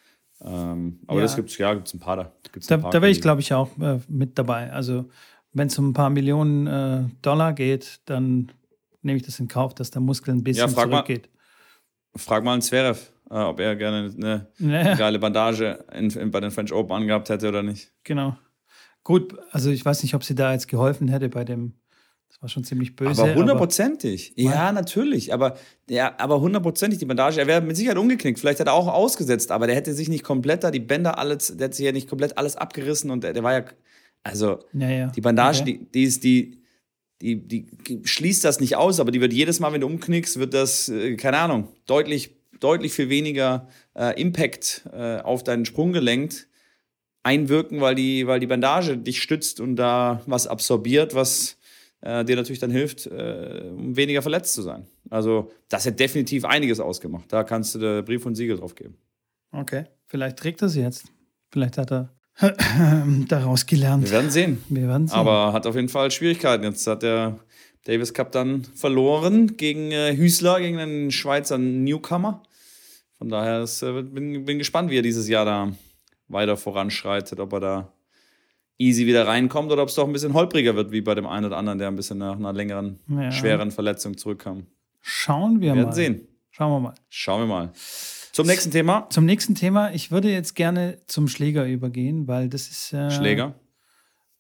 Speaker 1: Aber das gibt's ein paar da.
Speaker 2: Da wäre ich, glaube ich, auch mit dabei. Also wenn es um ein paar Millionen Dollar geht, dann nehme ich das in Kauf, dass der Muskel ein bisschen zurückgeht.
Speaker 1: Frag mal einen Zverev, ob er gerne eine geile Bandage bei den French Open angehabt hätte oder nicht.
Speaker 2: Genau. Gut, also ich weiß nicht, ob sie da jetzt geholfen hätte bei dem, das war schon ziemlich böse.
Speaker 1: Aber hundertprozentig. Ja, natürlich. Aber hundertprozentig die Bandage. Er wäre mit Sicherheit umgeknickt. Vielleicht hat er auch ausgesetzt, aber der hätte sich nicht komplett die Bänder alles, der hat sich ja nicht komplett alles abgerissen und der war ja. Also, die Bandage, okay. die schließt das nicht aus, aber die wird jedes Mal, wenn du umknickst, wird das, keine Ahnung, deutlich viel weniger Impact auf dein Sprunggelenk einwirken, weil die Bandage dich stützt und da was absorbiert, was dir natürlich dann hilft, um weniger verletzt zu sein. Also, das hat definitiv einiges ausgemacht. Da kannst du den Brief und Siegel drauf geben.
Speaker 2: Okay, vielleicht trägt er sie jetzt. Vielleicht hat er daraus gelernt.
Speaker 1: Wir werden sehen. Aber hat auf jeden Fall Schwierigkeiten. Jetzt hat der Davis Cup dann verloren gegen Hüßler, gegen einen Schweizer Newcomer. Von daher bin gespannt, wie er dieses Jahr da weiter voranschreitet, ob er da easy wieder reinkommt oder ob es doch ein bisschen holpriger wird, wie bei dem einen oder anderen, der ein bisschen nach einer längeren, schweren Verletzung zurückkam.
Speaker 2: Schauen wir mal.
Speaker 1: Wir werden sehen.
Speaker 2: Schauen wir mal.
Speaker 1: Zum nächsten Thema.
Speaker 2: Ich würde jetzt gerne zum Schläger übergehen, weil das ist.
Speaker 1: Schläger?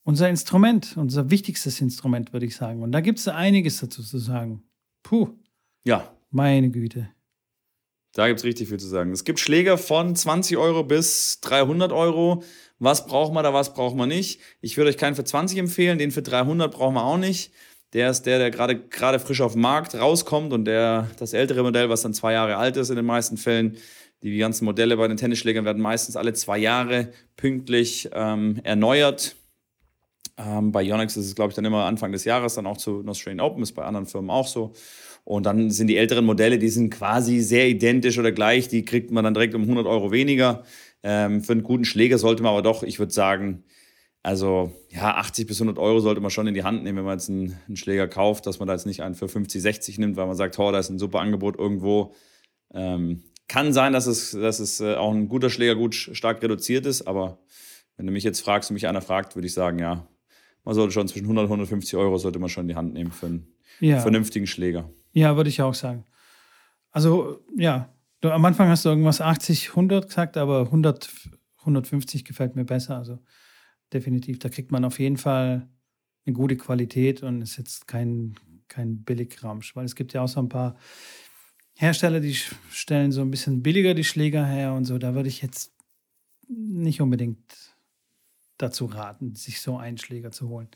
Speaker 2: unser Instrument, unser wichtigstes Instrument, würde ich sagen. Und da gibt es einiges dazu zu sagen. Puh.
Speaker 1: Ja.
Speaker 2: Meine Güte.
Speaker 1: Da gibt es richtig viel zu sagen. Es gibt Schläger von 20 Euro bis 300 Euro. Was braucht man da, was braucht man nicht? Ich würde euch keinen für 20 empfehlen, den für 300 brauchen wir auch nicht. Der ist der gerade frisch auf den Markt rauskommt und das ältere Modell, was dann 2 Jahre alt ist in den meisten Fällen. Die ganzen Modelle bei den Tennisschlägern werden meistens alle 2 Jahre pünktlich erneuert. Bei Yonex ist es, glaube ich, dann immer Anfang des Jahres, dann auch zu Australian Open, ist bei anderen Firmen auch so. Und dann sind die älteren Modelle, die sind quasi sehr identisch oder gleich, die kriegt man dann direkt um 100 Euro weniger. Für einen guten Schläger sollte man aber doch, ich würde sagen, also ja, 80 bis 100 Euro sollte man schon in die Hand nehmen, wenn man jetzt einen Schläger kauft, dass man da jetzt nicht einen für 50, 60 nimmt, weil man sagt, da ist ein super Angebot irgendwo. Kann sein, dass es auch ein guter Schläger gut stark reduziert ist, aber wenn du mich jetzt fragst und mich einer fragt, würde ich sagen, ja, man sollte schon zwischen 100 und 150 Euro sollte man schon in die Hand nehmen für einen vernünftigen Schläger.
Speaker 2: Ja, würde ich auch sagen. Also, ja, am Anfang hast du irgendwas 80, 100 gesagt, aber 100, 150 gefällt mir besser. Also, definitiv, da kriegt man auf jeden Fall eine gute Qualität und ist jetzt kein Billigramsch, weil es gibt ja auch so ein paar Hersteller, die stellen so ein bisschen billiger die Schläger her und so. Da würde ich jetzt nicht unbedingt dazu raten, sich so einen Schläger zu holen.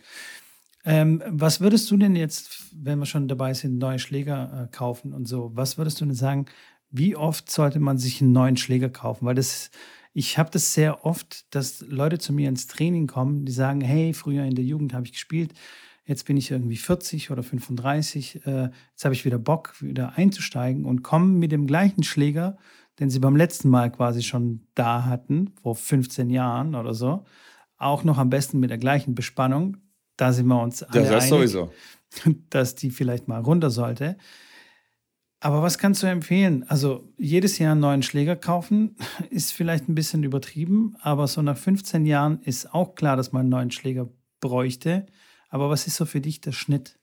Speaker 2: Was würdest du denn jetzt, wenn wir schon dabei sind, neue Schläger kaufen und so, was würdest du denn sagen, wie oft sollte man sich einen neuen Schläger kaufen? Weil ich habe das sehr oft, dass Leute zu mir ins Training kommen, die sagen, hey, früher in der Jugend habe ich gespielt, jetzt bin ich irgendwie 40 oder 35, jetzt habe ich wieder Bock, wieder einzusteigen und kommen mit dem gleichen Schläger, den sie beim letzten Mal quasi schon da hatten, vor 15 Jahren oder so, auch noch am besten mit der gleichen Bespannung. Da sind wir uns alle einig,
Speaker 1: sowieso,
Speaker 2: dass die vielleicht mal runter sollte. Aber was kannst du empfehlen? Also jedes Jahr einen neuen Schläger kaufen ist vielleicht ein bisschen übertrieben, aber so nach 15 Jahren ist auch klar, dass man einen neuen Schläger bräuchte. Aber was ist so für dich der Schnitt?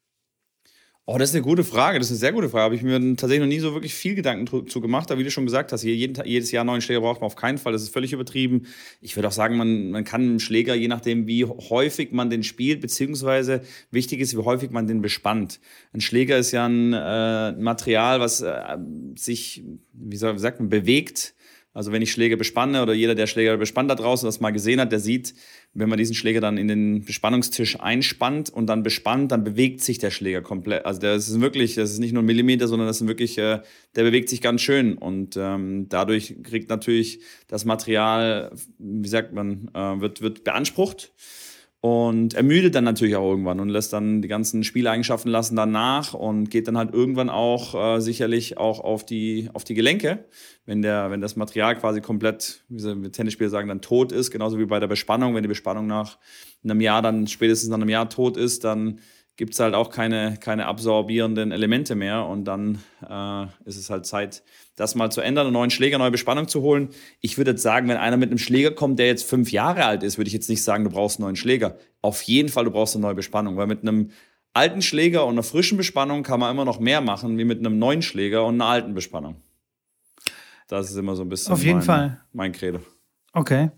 Speaker 1: Oh, das ist eine gute Frage. Das ist eine sehr gute Frage. Habe ich mir tatsächlich noch nie so wirklich viel Gedanken zu gemacht. Aber wie du schon gesagt hast, jedes Jahr einen neuen Schläger braucht man auf keinen Fall. Das ist völlig übertrieben. Ich würde auch sagen, man kann einen Schläger, je nachdem, wie häufig man den spielt, beziehungsweise wichtig ist, wie häufig man den bespannt. Ein Schläger ist ja ein Material, was sich, wie sagt man, bewegt. Also wenn ich Schläger bespanne oder jeder, der Schläger bespannt da draußen das mal gesehen hat, der sieht, wenn man diesen Schläger dann in den Bespannungstisch einspannt und dann bespannt, dann bewegt sich der Schläger komplett. Also das ist nicht nur ein Millimeter, sondern das ist wirklich, der bewegt sich ganz schön. Und dadurch kriegt natürlich das Material, wie sagt man, wird beansprucht. Und ermüdet dann natürlich auch irgendwann und lässt dann die ganzen Spieleigenschaften lassen dann nach und geht dann halt irgendwann auch sicherlich auch auf die Gelenke, wenn das Material quasi komplett, wie Tennisspieler sagen, dann tot ist, genauso wie bei der Bespannung. Wenn die Bespannung nach einem Jahr dann spätestens nach einem Jahr tot ist, dann gibt es halt auch keine absorbierenden Elemente mehr und dann ist es halt Zeit, das mal zu ändern, einen neuen Schläger, neue Bespannung zu holen. Ich würde jetzt sagen, wenn einer mit einem Schläger kommt, der jetzt 5 Jahre alt ist, würde ich jetzt nicht sagen, du brauchst einen neuen Schläger. Auf jeden Fall, du brauchst eine neue Bespannung, weil mit einem alten Schläger und einer frischen Bespannung kann man immer noch mehr machen, wie mit einem neuen Schläger und einer alten Bespannung. Das ist immer so ein bisschen
Speaker 2: auf jeden Fall
Speaker 1: mein Credo.
Speaker 2: Okay.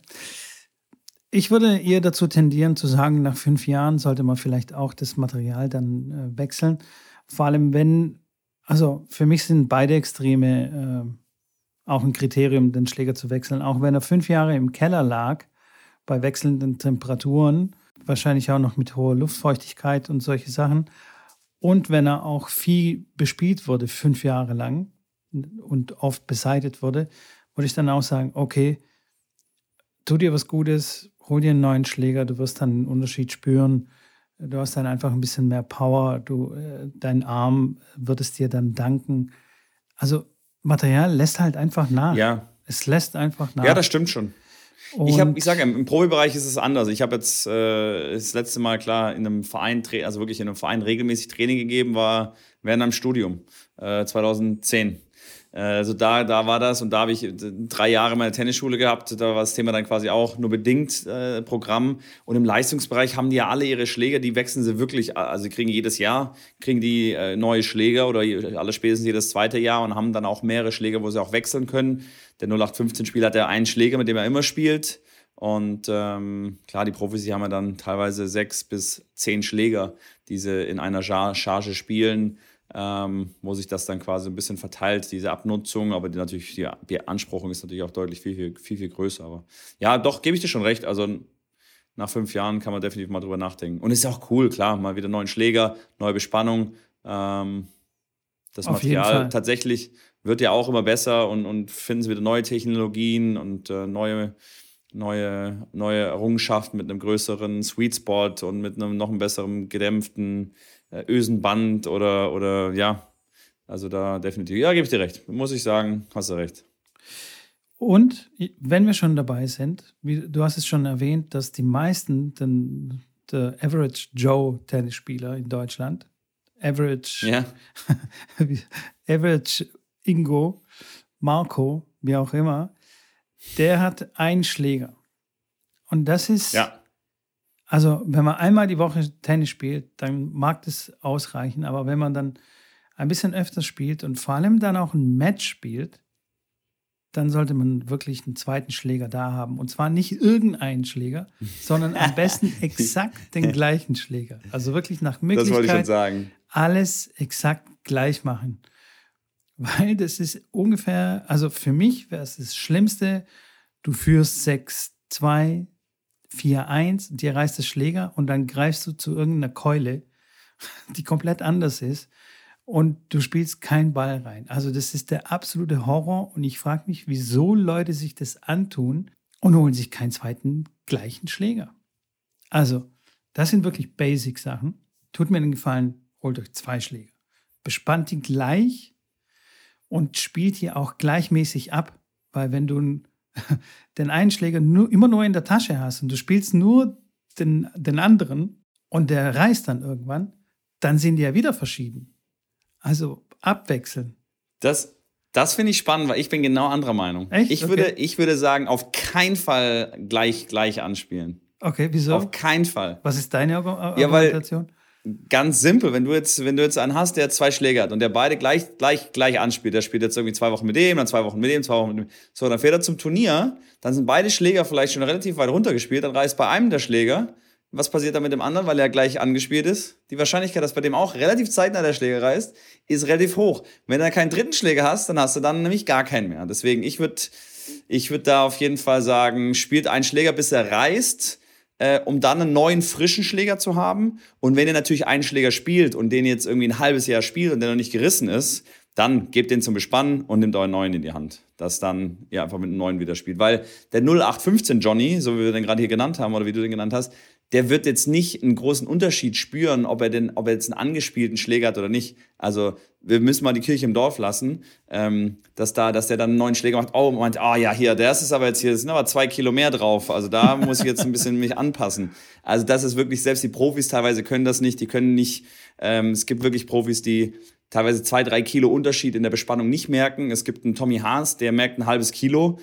Speaker 2: Ich würde eher dazu tendieren zu sagen, nach 5 Jahren sollte man vielleicht auch das Material dann wechseln. Vor allem also für mich sind beide Extreme auch ein Kriterium, den Schläger zu wechseln. Auch wenn er 5 Jahre im Keller lag, bei wechselnden Temperaturen, wahrscheinlich auch noch mit hoher Luftfeuchtigkeit und solche Sachen. Und wenn er auch viel bespielt wurde, 5 Jahre lang und oft beseitigt wurde, würde ich dann auch sagen, okay, tu dir was Gutes, hol dir einen neuen Schläger, du wirst dann einen Unterschied spüren. Du hast dann einfach ein bisschen mehr Power, dein Arm wird es dir dann danken. Also Material lässt halt einfach nach.
Speaker 1: Ja.
Speaker 2: Es lässt einfach nach.
Speaker 1: Ja, das stimmt schon. Ich sage, im Profibereich ist es anders. Ich habe jetzt das letzte Mal klar in einem Verein, also wirklich in einem Verein regelmäßig Training gegeben, war während einem Studium 2010. Also da war das und da habe ich 3 Jahre meine Tennisschule gehabt, da war das Thema dann quasi auch nur bedingt Programm und im Leistungsbereich haben die ja alle ihre Schläger, die wechseln sie wirklich, also sie kriegen jedes Jahr, neue Schläger oder alle spätestens jedes 2. Jahr und haben dann auch mehrere Schläger, wo sie auch wechseln können. Der 0815-Spieler hat ja einen Schläger, mit dem er immer spielt Und klar, die Profis, die haben ja dann teilweise 6 bis 10 Schläger, die sie in einer Charge spielen, wo sich das dann quasi ein bisschen verteilt, diese Abnutzung. Aber die Beanspruchung ist natürlich auch deutlich viel größer. Aber ja, doch, gebe ich dir schon recht. Also nach 5 Jahren kann man definitiv mal drüber nachdenken. Und es ist auch cool, klar, mal wieder neuen Schläger, neue Bespannung. Das
Speaker 2: Auf jeden
Speaker 1: Material
Speaker 2: Fall.
Speaker 1: tatsächlich wird ja auch immer besser und finden sie wieder neue Technologien und neue Errungenschaften mit einem größeren Sweet Spot und mit einem noch einem besseren gedämpften Ösenband oder ja, also da definitiv. Ja, gebe ich dir recht. Muss ich sagen, hast du recht.
Speaker 2: Und wenn wir schon dabei sind, du hast es schon erwähnt, dass die meisten, der Average Joe Tennisspieler in Deutschland,
Speaker 1: Ja.
Speaker 2: Average Ingo, Marco, wie auch immer, der hat einen Schläger. Und das ist, also wenn man einmal die Woche Tennis spielt, dann mag das ausreichen. Aber wenn man dann ein bisschen öfter spielt und vor allem dann auch ein Match spielt, dann sollte man wirklich einen zweiten Schläger da haben. Und zwar nicht irgendeinen Schläger, sondern am besten exakt den gleichen Schläger. Also wirklich nach Möglichkeit
Speaker 1: Das wollte ich schon sagen.
Speaker 2: Alles exakt gleich machen. Weil das ist ungefähr, also für mich wäre es das Schlimmste, du führst 6-2, 4-1, dir reißt der Schläger und dann greifst du zu irgendeiner Keule, die komplett anders ist und du spielst keinen Ball rein. Also das ist der absolute Horror und ich frage mich, wieso Leute sich das antun und holen sich keinen zweiten gleichen Schläger. Also das sind wirklich Basic-Sachen. Tut mir den Gefallen, holt euch 2 Schläger. Bespannt die gleich und spielt die auch gleichmäßig ab, weil wenn du den einen Schläger immer nur in der Tasche hast und du spielst nur den anderen und der reißt dann irgendwann, dann sind die ja wieder verschieden. Also abwechseln.
Speaker 1: Das finde ich spannend, weil ich bin genau anderer Meinung.
Speaker 2: Echt?
Speaker 1: Ich würde sagen, auf keinen Fall gleich anspielen.
Speaker 2: Okay, wieso?
Speaker 1: Auf keinen Fall.
Speaker 2: Was ist deine Argumentation?
Speaker 1: Ganz simpel, wenn du jetzt einen hast, der 2 Schläger hat und der beide gleich anspielt, der spielt jetzt irgendwie 2 Wochen mit dem, dann 2 Wochen mit dem, 2 Wochen mit dem. So, dann fährt er zum Turnier, dann sind beide Schläger vielleicht schon relativ weit runtergespielt, dann reißt bei einem der Schläger. Was passiert dann mit dem anderen, weil er gleich angespielt ist? Die Wahrscheinlichkeit, dass bei dem auch relativ zeitnah der Schläger reißt, ist relativ hoch. Wenn du keinen dritten Schläger hast, dann hast du dann nämlich gar keinen mehr. Deswegen, ich würd da auf jeden Fall sagen, spielt einen Schläger, bis er reißt, um dann einen neuen, frischen Schläger zu haben. Und wenn ihr natürlich einen Schläger spielt und den jetzt irgendwie ein halbes Jahr spielt und der noch nicht gerissen ist, dann gebt den zum Bespannen und nehmt euren neuen in die Hand. Dass dann ihr einfach mit einem neuen wieder spielt. Weil der 0815 Johnny, so wie wir den gerade hier genannt haben oder wie du den genannt hast, der wird jetzt nicht einen großen Unterschied spüren, ob er jetzt einen angespielten Schläger hat oder nicht. Also wir müssen mal die Kirche im Dorf lassen, dass der dann einen neuen Schläger macht. Oh, meint, ja, hier, das sind aber 2 Kilo mehr drauf. Also da muss ich jetzt ein bisschen mich anpassen. Also das ist wirklich, selbst die Profis teilweise können das nicht. Die können nicht, es gibt wirklich Profis, die teilweise 2-3 Kilo Unterschied in der Bespannung nicht merken. Es gibt einen Tommy Haas, der merkt ein halbes Kilo.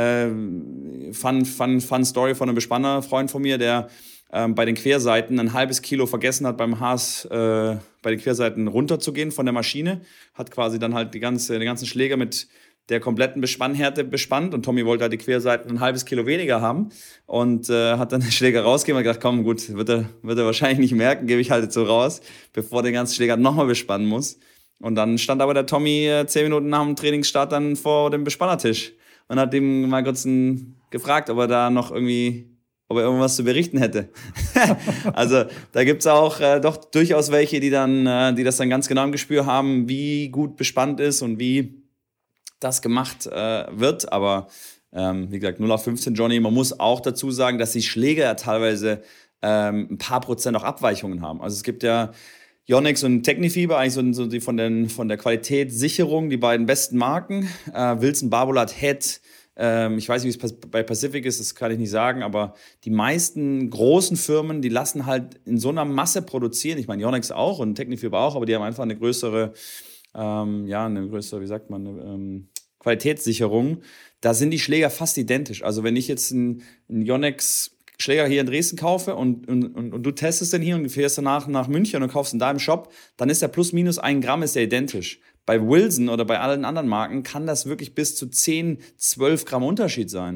Speaker 1: Fun Story von einem Bespannerfreund von mir, der bei den Querseiten ein halbes Kilo vergessen hat beim Haas bei den Querseiten runterzugehen von der Maschine, hat quasi dann halt den ganzen Schläger mit der kompletten Bespannhärte bespannt und Tommy wollte halt die Querseiten ein halbes Kilo weniger haben und hat dann den Schläger rausgegeben und gedacht, komm gut, wird er wahrscheinlich nicht merken, gebe ich halt jetzt so raus, bevor der ganze Schläger nochmal bespannen muss. Und dann stand aber der Tommy 10 Minuten nach dem Trainingsstart dann vor dem Bespannertisch und hat ihm mal kurz gefragt, ob er irgendwas zu berichten hätte. Also da gibt es auch doch durchaus welche, die das dann ganz genau im Gespür haben, wie gut bespannt ist und wie das gemacht wird. Aber wie gesagt, 0-15 Johnny, man muss auch dazu sagen, dass die Schläger ja teilweise ein paar Prozent auch Abweichungen haben. Also es gibt ja Yonex und Technifiber, eigentlich so die von der Qualitätssicherung, die beiden besten Marken. Wilson Barbolat Head, ich weiß nicht, wie es bei Pacific ist, das kann ich nicht sagen, aber die meisten großen Firmen, die lassen halt in so einer Masse produzieren. Ich meine, Yonex auch und Technifiber auch, aber die haben einfach eine größere, wie sagt man, Qualitätssicherung. Da sind die Schläger fast identisch. Also wenn ich jetzt einen Yonex Schläger hier in Dresden kaufe und du testest den hier und fährst danach nach München und kaufst in deinem Shop, dann ist der plus minus 1 Gramm ist der identisch. Bei Wilson oder bei allen anderen Marken kann das wirklich bis zu 10, 12 Gramm Unterschied sein.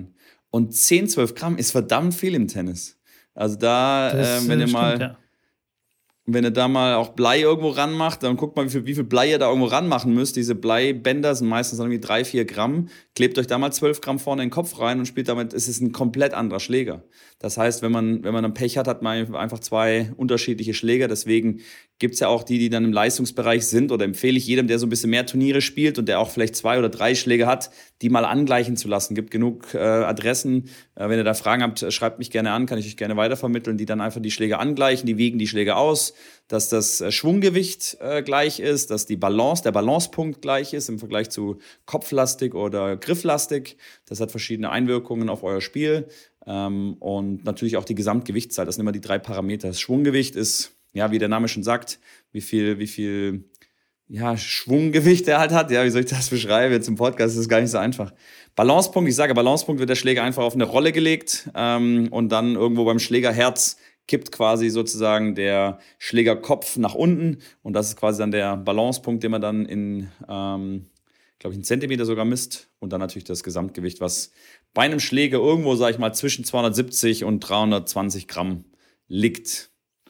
Speaker 1: Und 10, 12 Gramm ist verdammt viel im Tennis. Also da, wenn ihr mal...
Speaker 2: Ja.
Speaker 1: Wenn ihr da mal auch Blei irgendwo ranmacht, dann guckt mal, wie viel Blei ihr da irgendwo ranmachen müsst. Diese Bleibänder sind meistens irgendwie 3, 4 Gramm. Klebt euch da mal 12 Gramm vorne in den Kopf rein und spielt damit, es ist ein komplett anderer Schläger. Das heißt, wenn man dann Pech hat, hat man einfach 2 unterschiedliche Schläger. Deswegen gibt's ja auch die dann im Leistungsbereich sind, oder empfehle ich jedem, der so ein bisschen mehr Turniere spielt und der auch vielleicht 2 oder 3 Schläger hat, die mal angleichen zu lassen. Gibt genug Adressen. Wenn ihr da Fragen habt, schreibt mich gerne an, kann ich euch gerne weitervermitteln, die dann einfach die Schläger angleichen, die wiegen die Schläger aus, dass das Schwunggewicht gleich ist, dass der Balancepunkt gleich ist im Vergleich zu kopflastig oder grifflastig. Das hat verschiedene Einwirkungen auf euer Spiel. Und natürlich auch die Gesamtgewichtszahl. Das sind immer die 3 Parameter. Das Schwunggewicht ist, ja, wie der Name schon sagt, wie viel Schwunggewicht er halt hat. Ja, wie soll ich das beschreiben? Jetzt im Podcast ist es gar nicht so einfach. Balancepunkt, ich sage Balancepunkt, wird der Schläger einfach auf eine Rolle gelegt und dann irgendwo beim Schlägerherz kippt quasi sozusagen der Schlägerkopf nach unten und das ist quasi dann der Balancepunkt, den man dann in, glaube ich, 1 Zentimeter sogar misst und dann natürlich das Gesamtgewicht, was bei einem Schläger irgendwo, sage ich mal, zwischen 270 und 320 Gramm liegt.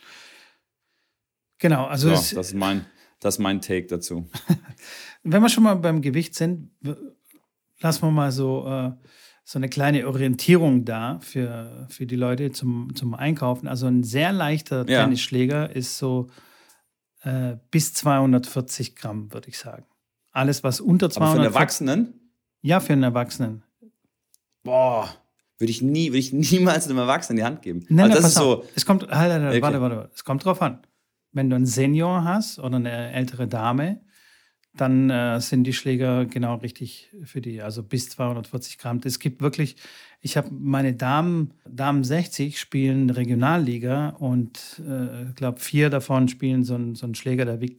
Speaker 2: Genau, also
Speaker 1: so, das ist mein Take dazu.
Speaker 2: Wenn wir schon mal beim Gewicht sind, lassen wir mal so eine kleine Orientierung da für die Leute zum Einkaufen. Also ein sehr leichter Tennisschläger ist so bis 240 Gramm, würde ich sagen. Alles, was unter 200...
Speaker 1: Aber für einen Erwachsenen?
Speaker 2: Ja, für einen Erwachsenen.
Speaker 1: Boah, würde ich niemals einem Erwachsenen in die Hand geben.
Speaker 2: Nein,
Speaker 1: also
Speaker 2: das
Speaker 1: ist so.
Speaker 2: Es kommt,
Speaker 1: Okay.
Speaker 2: warte. Es kommt drauf an. Wenn du einen Senior hast oder eine ältere Dame, dann sind die Schläger genau richtig für die, also bis 240 Gramm. Es gibt wirklich, ich habe meine Damen 60 spielen Regionalliga und ich glaube 4 davon spielen so einen Schläger, der wiegt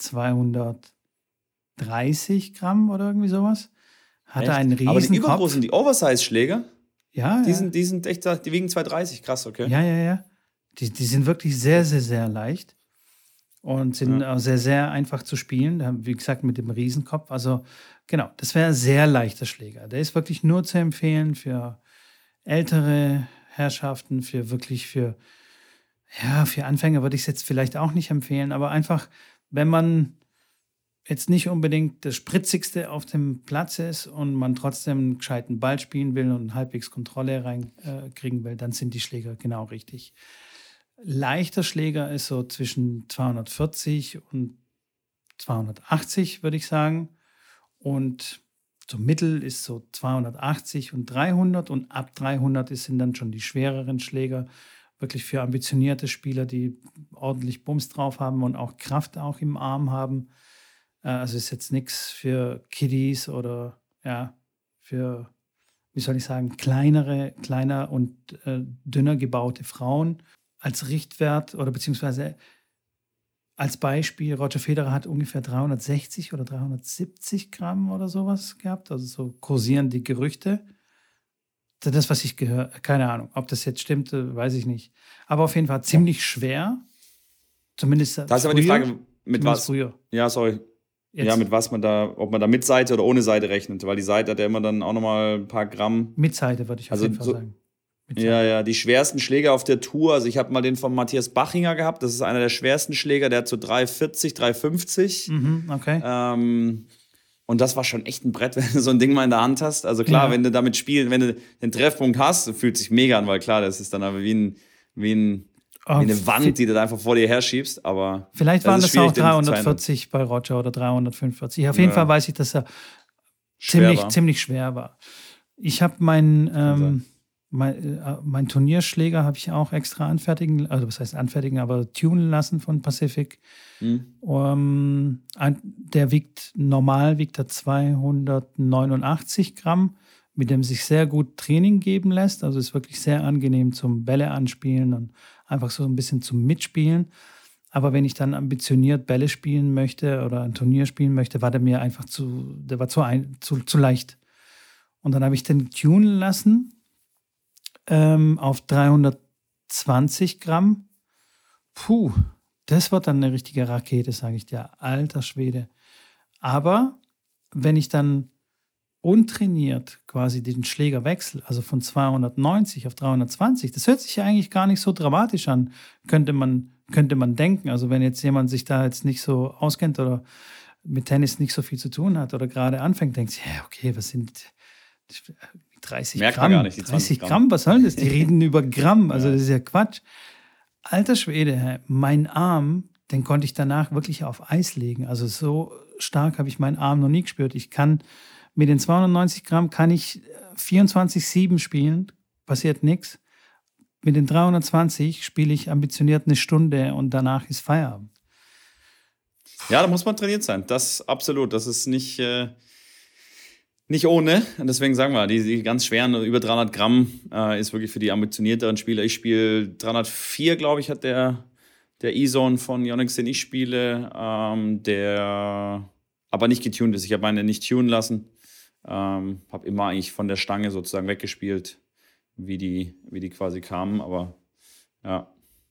Speaker 2: 230 Gramm oder irgendwie sowas. Hat er einen riesen
Speaker 1: Aber die
Speaker 2: Kopf.
Speaker 1: übergroßen, die Oversize-Schläger,
Speaker 2: Ja,
Speaker 1: die sind echt, die wiegen 230, krass, okay.
Speaker 2: Ja. Die sind wirklich sehr, sehr, sehr leicht und sind auch sehr, sehr einfach zu spielen. Wie gesagt, mit dem Riesenkopf. Also genau, das wäre ein sehr leichter Schläger. Der ist wirklich nur zu empfehlen für ältere Herrschaften, für Anfänger würde ich es jetzt vielleicht auch nicht empfehlen, aber einfach, wenn man jetzt nicht unbedingt das Spritzigste auf dem Platz ist und man trotzdem einen gescheiten Ball spielen will und halbwegs Kontrolle reinkriegen will, dann sind die Schläger genau richtig. Leichter Schläger ist so zwischen 240 und 280, würde ich sagen. Und so Mittel ist so 280 und 300 und ab 300 sind dann schon die schwereren Schläger, wirklich für ambitionierte Spieler, die ordentlich Bums drauf haben und auch Kraft auch im Arm haben. Also ist jetzt nichts für Kiddies oder für, wie soll ich sagen, kleiner und dünner gebaute Frauen. Als Richtwert oder beziehungsweise als Beispiel, Roger Federer hat ungefähr 360 oder 370 Gramm oder sowas gehabt. Also so kursieren die Gerüchte. Das, was ich gehört, keine Ahnung, ob das jetzt stimmt, weiß ich nicht. Aber auf jeden Fall ziemlich schwer. Zumindest
Speaker 1: Da ist aber die Frage, mit was?
Speaker 2: Früher.
Speaker 1: Ja, sorry.
Speaker 2: Jetzt.
Speaker 1: Ja, mit was ob man da mit Seite oder ohne Seite rechnet, weil die Seite hat ja immer dann auch nochmal ein paar Gramm.
Speaker 2: Mit Seite würde ich auf jeden Fall sagen.
Speaker 1: Ja, die schwersten Schläger auf der Tour, also ich habe mal den von Matthias Bachinger gehabt, das ist einer der schwersten Schläger, der hat so 340, 350.
Speaker 2: Okay.
Speaker 1: Und das war schon echt ein Brett, wenn du so ein Ding mal in der Hand hast. Also klar, wenn du damit spielst, wenn du den Treffpunkt hast, fühlt sich mega an, weil klar, das ist dann aber wie eine Wand, die du da einfach vor dir herschiebst. Aber
Speaker 2: vielleicht waren das auch 340 bei Roger oder 345. Auf jeden Fall weiß ich, dass er ziemlich schwer war. Ich habe mein Turnierschläger habe ich auch extra anfertigen, also was heißt anfertigen, aber tunen lassen von Pacific. Der normal wiegt er 289 Gramm, mit dem sich sehr gut Training geben lässt. Also ist wirklich sehr angenehm zum Bälle anspielen und einfach so ein bisschen zum Mitspielen. Aber wenn ich dann ambitioniert Bälle spielen möchte oder ein Turnier spielen möchte, war der mir einfach zu leicht. Und dann habe ich den tunen lassen auf 320 Gramm. Puh, das wird dann eine richtige Rakete, sage ich dir. Alter Schwede. Aber wenn ich dann untrainiert quasi den Schläger wechsle, also von 290 auf 320, das hört sich ja eigentlich gar nicht so dramatisch an, könnte man denken. Also wenn jetzt jemand sich da jetzt nicht so auskennt oder mit Tennis nicht so viel zu tun hat oder gerade anfängt, denkt sich, ja, okay, was sind 30
Speaker 1: Merkt
Speaker 2: Gramm?
Speaker 1: man gar nicht, die
Speaker 2: 30 Gramm, was soll das? Die reden über Gramm, also das ist ja Quatsch. Alter Schwede, mein Arm, den konnte ich danach wirklich auf Eis legen. Also so stark habe ich meinen Arm noch nie gespürt. Ich kann mit den 290 Gramm kann ich 24/7 spielen, passiert nichts. Mit den 320 spiele ich ambitioniert eine Stunde und danach ist Feierabend.
Speaker 1: Ja, da muss man trainiert sein. Das absolut. Das ist nicht ohne. Und deswegen sagen wir, die ganz schweren, über 300 Gramm, ist wirklich für die ambitionierteren Spieler. Ich spiele 304, glaube ich, hat der E-Zone von Yonex, den ich spiele, der aber nicht getuned ist. Ich habe meine nicht tunen lassen. Habe immer eigentlich von der Stange sozusagen weggespielt, wie die quasi kamen. Aber ja.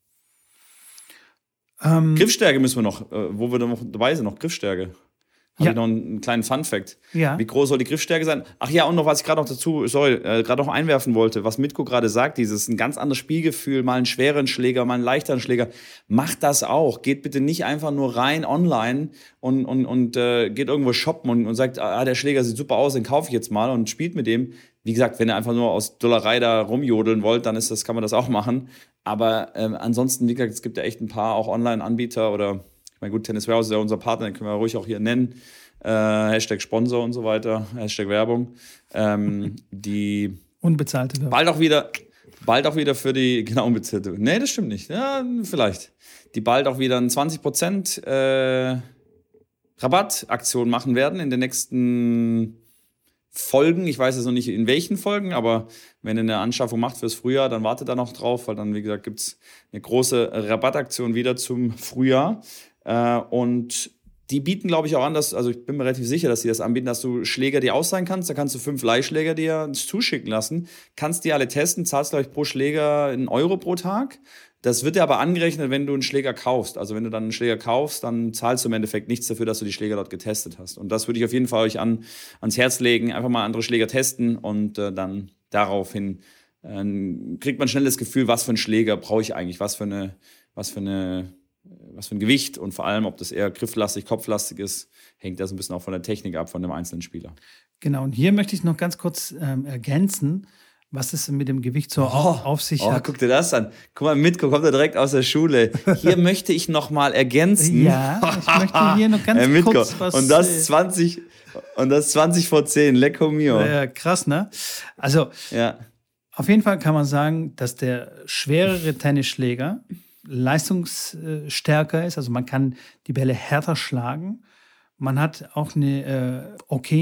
Speaker 1: Griffstärke müssen wir noch, wo wir noch dabei sind, noch Griffstärke. Habe ich noch einen kleinen Fun-Fact.
Speaker 2: Ja.
Speaker 1: Wie groß soll die Griffstärke sein? Ach ja, und noch was ich gerade noch dazu, gerade noch einwerfen wollte, was Mitko gerade sagt, dieses ein ganz anderes Spielgefühl, mal einen schweren Schläger, mal einen leichteren Schläger. Macht das auch. Geht bitte nicht einfach nur rein online und geht irgendwo shoppen und sagt, der Schläger sieht super aus, den kaufe ich jetzt mal und spielt mit dem. Wie gesagt, wenn ihr einfach nur aus Dollerei da rumjodeln wollt, dann kann man das auch machen. Aber ansonsten, wie gesagt, es gibt ja echt ein paar auch Online-Anbieter oder ich meine, gut, Tennis Warehouse ist ja unser Partner, den können wir ruhig auch hier nennen. Hashtag Sponsor und so weiter, Hashtag Werbung. Die
Speaker 2: unbezahlte Werbung.
Speaker 1: Bald auch wieder für die, genau, unbezahlte. Nee, das stimmt nicht. Ja, vielleicht. Die bald auch wieder eine 20% Rabattaktion machen werden in den nächsten Folgen. Ich weiß jetzt noch nicht, in welchen Folgen, aber wenn ihr eine Anschaffung macht fürs Frühjahr, dann wartet da noch drauf, weil dann, wie gesagt, gibt es eine große Rabattaktion wieder zum Frühjahr. Und die bieten, glaube ich, auch an, also ich bin mir relativ sicher, dass sie das anbieten, dass du Schläger dir ausleihen kannst. Da kannst du 5 Leihschläger dir zuschicken lassen. Kannst die alle testen, zahlst, glaube ich, pro Schläger 1 Euro pro Tag. Das wird dir aber angerechnet, wenn du einen Schläger kaufst. Also wenn du dann einen Schläger kaufst, dann zahlst du im Endeffekt nichts dafür, dass du die Schläger dort getestet hast. Und das würde ich auf jeden Fall euch ans Herz legen. Einfach mal andere Schläger testen und dann daraufhin kriegt man schnell das Gefühl, was für einen Schläger brauche ich eigentlich, was für ein Gewicht und vor allem, ob das eher grifflastig, kopflastig ist, hängt das ein bisschen auch von der Technik ab, von dem einzelnen Spieler.
Speaker 2: Genau, und hier möchte ich noch ganz kurz ergänzen, was es mit dem Gewicht so auf sich hat.
Speaker 1: Guck dir das an. Guck mal, Mitko kommt ja direkt aus der Schule. Hier möchte ich noch mal ergänzen.
Speaker 2: Ja, ich möchte hier noch ganz
Speaker 1: Mitko,
Speaker 2: kurz was...
Speaker 1: Und das 20 vor 10, lecco mio.
Speaker 2: Ja, krass, ne? Also,
Speaker 1: ja.
Speaker 2: Auf jeden Fall kann man sagen, dass der schwerere Tennisschläger leistungsstärker ist. Also man kann die Bälle härter schlagen. Man hat auch eine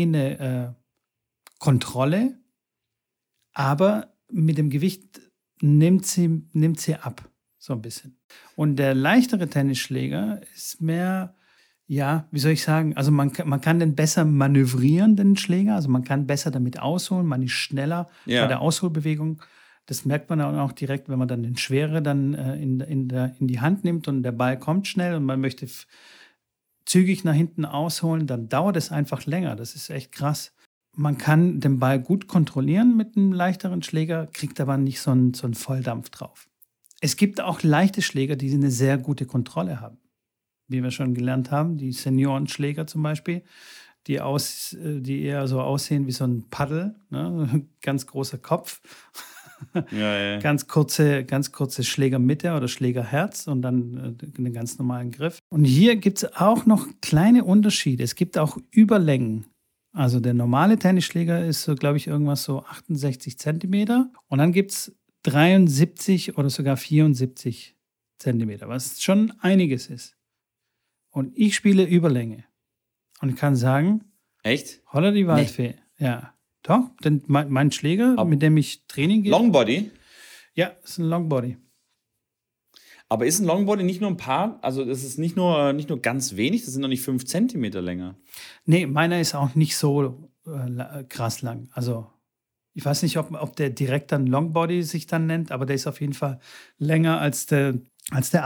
Speaker 2: Kontrolle, aber mit dem Gewicht nimmt sie ab, so ein bisschen. Und der leichtere Tennisschläger ist mehr, ja, wie soll ich sagen, also man kann den besser manövrieren, den Schläger, also man kann besser damit ausholen, man ist schneller bei der Ausholbewegung. Das merkt man dann auch direkt, wenn man dann den Schwere dann in die Hand nimmt und der Ball kommt schnell und man möchte zügig nach hinten ausholen, dann dauert es einfach länger. Das ist echt krass. Man kann den Ball gut kontrollieren mit einem leichteren Schläger, kriegt aber nicht so einen Volldampf drauf. Es gibt auch leichte Schläger, die eine sehr gute Kontrolle haben. Wie wir schon gelernt haben, die Seniorenschläger zum Beispiel, die eher so aussehen wie so ein Paddel, ne? Ganz großer Kopf.
Speaker 1: Ja.
Speaker 2: Ganz kurze Schlägermitte oder Schlägerherz und dann einen ganz normalen Griff. Und hier gibt es auch noch kleine Unterschiede. Es gibt auch Überlängen. Also der normale Tennisschläger ist, so, glaube ich, irgendwas so 68 Zentimeter. Und dann gibt es 73 oder sogar 74 Zentimeter, was schon einiges ist. Und ich spiele Überlänge. Und kann sagen,
Speaker 1: echt?
Speaker 2: Holla die Waldfee. Nee. Ja. Doch, denn mein Schläger, mit dem ich Training gehe.
Speaker 1: Longbody?
Speaker 2: Ja, ist ein Longbody.
Speaker 1: Aber ist ein Longbody nicht nur ein paar, also das ist nicht nur ganz wenig, das sind noch nicht 5 Zentimeter länger.
Speaker 2: Nee, meiner ist auch nicht so krass lang. Also ich weiß nicht, ob der direkt dann Longbody sich dann nennt, aber der ist auf jeden Fall länger als der